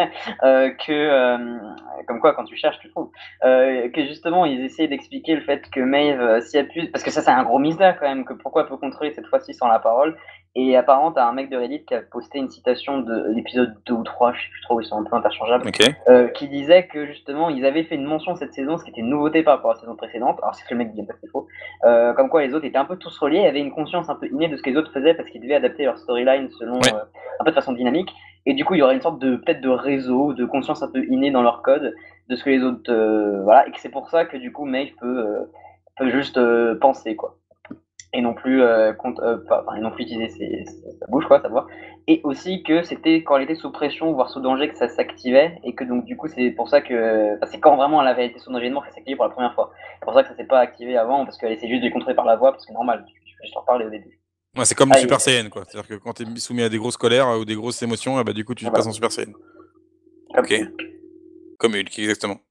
euh, que, euh, comme quoi quand tu cherches tu trouves, euh, que justement ils essayaient d'expliquer le fait que Maeve euh, s'y appuie, parce que ça c'est un gros mystère quand même, que pourquoi elle peut contrôler cette fois-ci sans la parole, et apparemment t'as un mec de Reddit qui a posté une citation de l'épisode deux ou trois, je sais plus trop, ils sont un peu interchangeables, Ok. euh, qui disait que justement ils avaient fait une mention cette saison, ce qui était une nouveauté par rapport à la saison précédente, alors c'est que le mec dit pas que c'est faux, euh, comme quoi les autres étaient un peu tous reliés, avaient une conscience un peu innée de ce que les autres faisaient parce qu'ils devaient adapter leur storyline selon Ouais. euh, un peu de façon dynamique, et du coup il y aurait une sorte de peut-être de réseau, de conscience un peu innée dans leur code de ce que les autres euh, voilà, et que c'est pour ça que du coup Maeve peut euh, peut juste euh, penser quoi. Et non plus euh, compte, euh, pas- enfin, et non plus utiliser ses, ses- sa bouche quoi, sa voix, et aussi que c'était quand elle était sous pression voire sous danger que ça s'activait, et que donc du coup c'est pour ça que enfin, c'est quand vraiment elle avait été sous danger de mort que ça s'activait pour la première fois. C'est pour ça que ça s'est pas activé avant parce qu'elle essaie juste de les contrôler par la voix parce que c'est normal, je t'en parlais au début. Ouais, c'est comme le Ah, et- Super Saiyan, quoi. C'est-à-dire que quand t'es soumis à des grosses colères euh, ou des grosses émotions, eh bah, du coup, tu voilà. passes en Super Saiyan. Comme Ok. Hulk. Comme Hulk, exactement.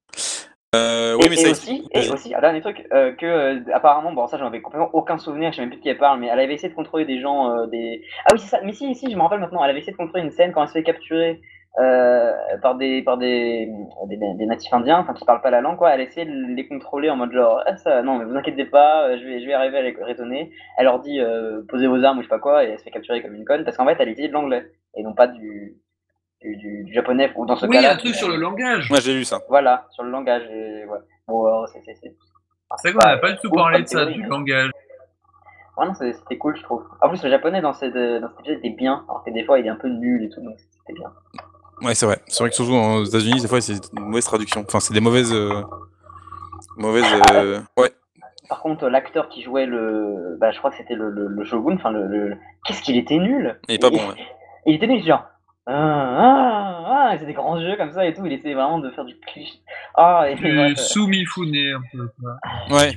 Euh, oui, Et, mais et ça aussi, explique. et Vas-y. aussi, un dernier truc, euh, que euh, apparemment, bon ça j'en avais complètement aucun souvenir, je sais même plus de qui elle parle, mais elle avait essayé de contrôler des gens, euh, des... Ah oui c'est ça, mais si, si, je me rappelle maintenant, elle avait essayé de contrôler une scène quand elle se fait capturer euh, par des par des, des, des natifs indiens, enfin qui parlent pas la langue quoi, elle essayait de les contrôler en mode genre, ah ça, non mais vous inquiétez pas, euh, je vais, je vais arriver à les raisonner, elle leur dit euh, posez vos armes ou je sais pas quoi, et elle se fait capturer comme une conne, parce qu'en fait elle utilisait de l'anglais, et non pas du, du, du, du japonais, ou dans ce Oui, cas-là, un truc sur le langage. Moi, j'ai lu ça. voilà, sur le langage, et ouais, bon alors, c'est... c'est- c'est- enfin, C'est c'est vrai qu'on n'a pas pas euh, du tout ouf parlé comme de ça, théorie, du mais langage. ouais, non, c'est- c'était cool, je trouve. En plus, le japonais dans, cette, euh, dans cet épisode était bien, alors que des fois il est un peu nul et tout, donc c'était bien. Ouais, c'est vrai. C'est vrai que surtout aux États-Unis, des fois, c'est une mauvaise traduction. Enfin, c'est des mauvaises. euh, mauvaises. euh, Ouais. Par contre, l'acteur qui jouait le. Bah, je crois que c'était le, le, le shogun, enfin, le. le... Qu'est-ce qu'il était nul! Il est pas il... bon, ouais. il était nul, genre. Ah, ah, ah, il faisait des grands jeux comme ça et tout, il essayait vraiment de faire du cliché. Ah, et Du bref. Sumifune, un peu. Quoi. Ouais.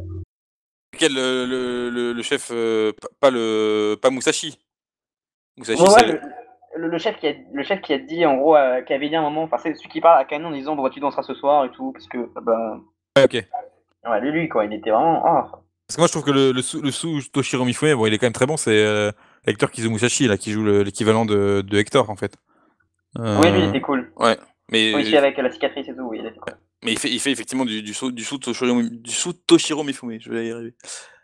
Quel le, le, le, le chef. euh, p- pas le. Pas Musashi. Musashi, Ouais, c'est ouais, le. le, le, le chef qui a, le chef qui a dit, en gros, euh, qui avait dit un moment, enfin, c'est celui qui parle à Canon en disant, bon, bah, tu danseras ce soir et tout, parce que, bah. Ouais, ok. Ouais, lui, lui, quoi, il était vraiment. Ah, Parce que moi, je trouve que le, le, sous, le sous Toshiro Mifune, bon, il est quand même très bon. C'est euh, l'acteur Kizu Musashi, là, qui joue le- l'équivalent de, de Hector, en fait. oui, lui, il Euh, était cool. Ouais. Mais, Oui, si, avec la cicatrice et tout, oui, il était cool. mais il, fait, il fait effectivement du, du, sous, du, sous Toshiro, du sous Toshiro Mifune. Je vais y arriver.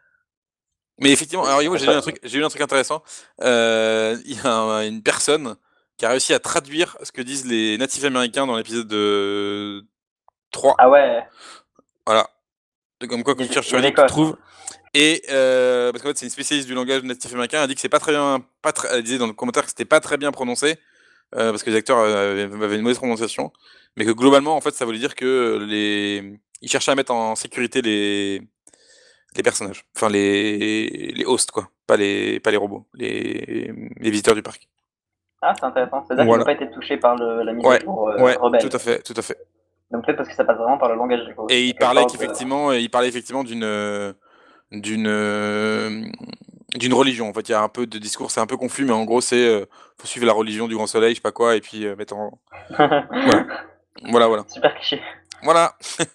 Mais effectivement, alors moi j'ai lu un truc, j'ai lu un truc intéressant. Euh, Il y a un- une personne qui a réussi à traduire ce que disent les natifs américains dans l'épisode de trois. Ah ouais, Voilà. De comme quoi, quand de, tu cherches de sur Reddit, tu l'Écosse. trouves. Et euh, parce qu'en fait, c'est une spécialiste du langage natif américain. Elle dit que c'est pas très bien. Pas très, elle disait dans le commentaire que c'était pas très bien prononcé euh, parce que les acteurs euh, avaient une mauvaise prononciation. Mais que globalement, en fait, ça voulait dire que les. Ils cherchaient à mettre en sécurité les les personnages, enfin les les hosts quoi, pas les pas les robots, les les visiteurs du parc. Ah, c'est intéressant. C'est-à-dire qu'ils n'ont Voilà. pas été touchés par le, la mise à Ouais, jour euh, ouais, tout rebelle. à fait, tout à fait. Donc peut-être parce que ça passe vraiment par le langage du coup. Et il Que je parlait pense, euh, qu'effectivement, il parlait effectivement d'une euh, d'une euh, d'une religion. En fait, il y a un peu de discours, c'est un peu confus, mais en gros, c'est euh, faut suivre la religion du grand soleil, je sais pas quoi, et puis euh, mettre en voilà, voilà, voilà, Super cliché. voilà.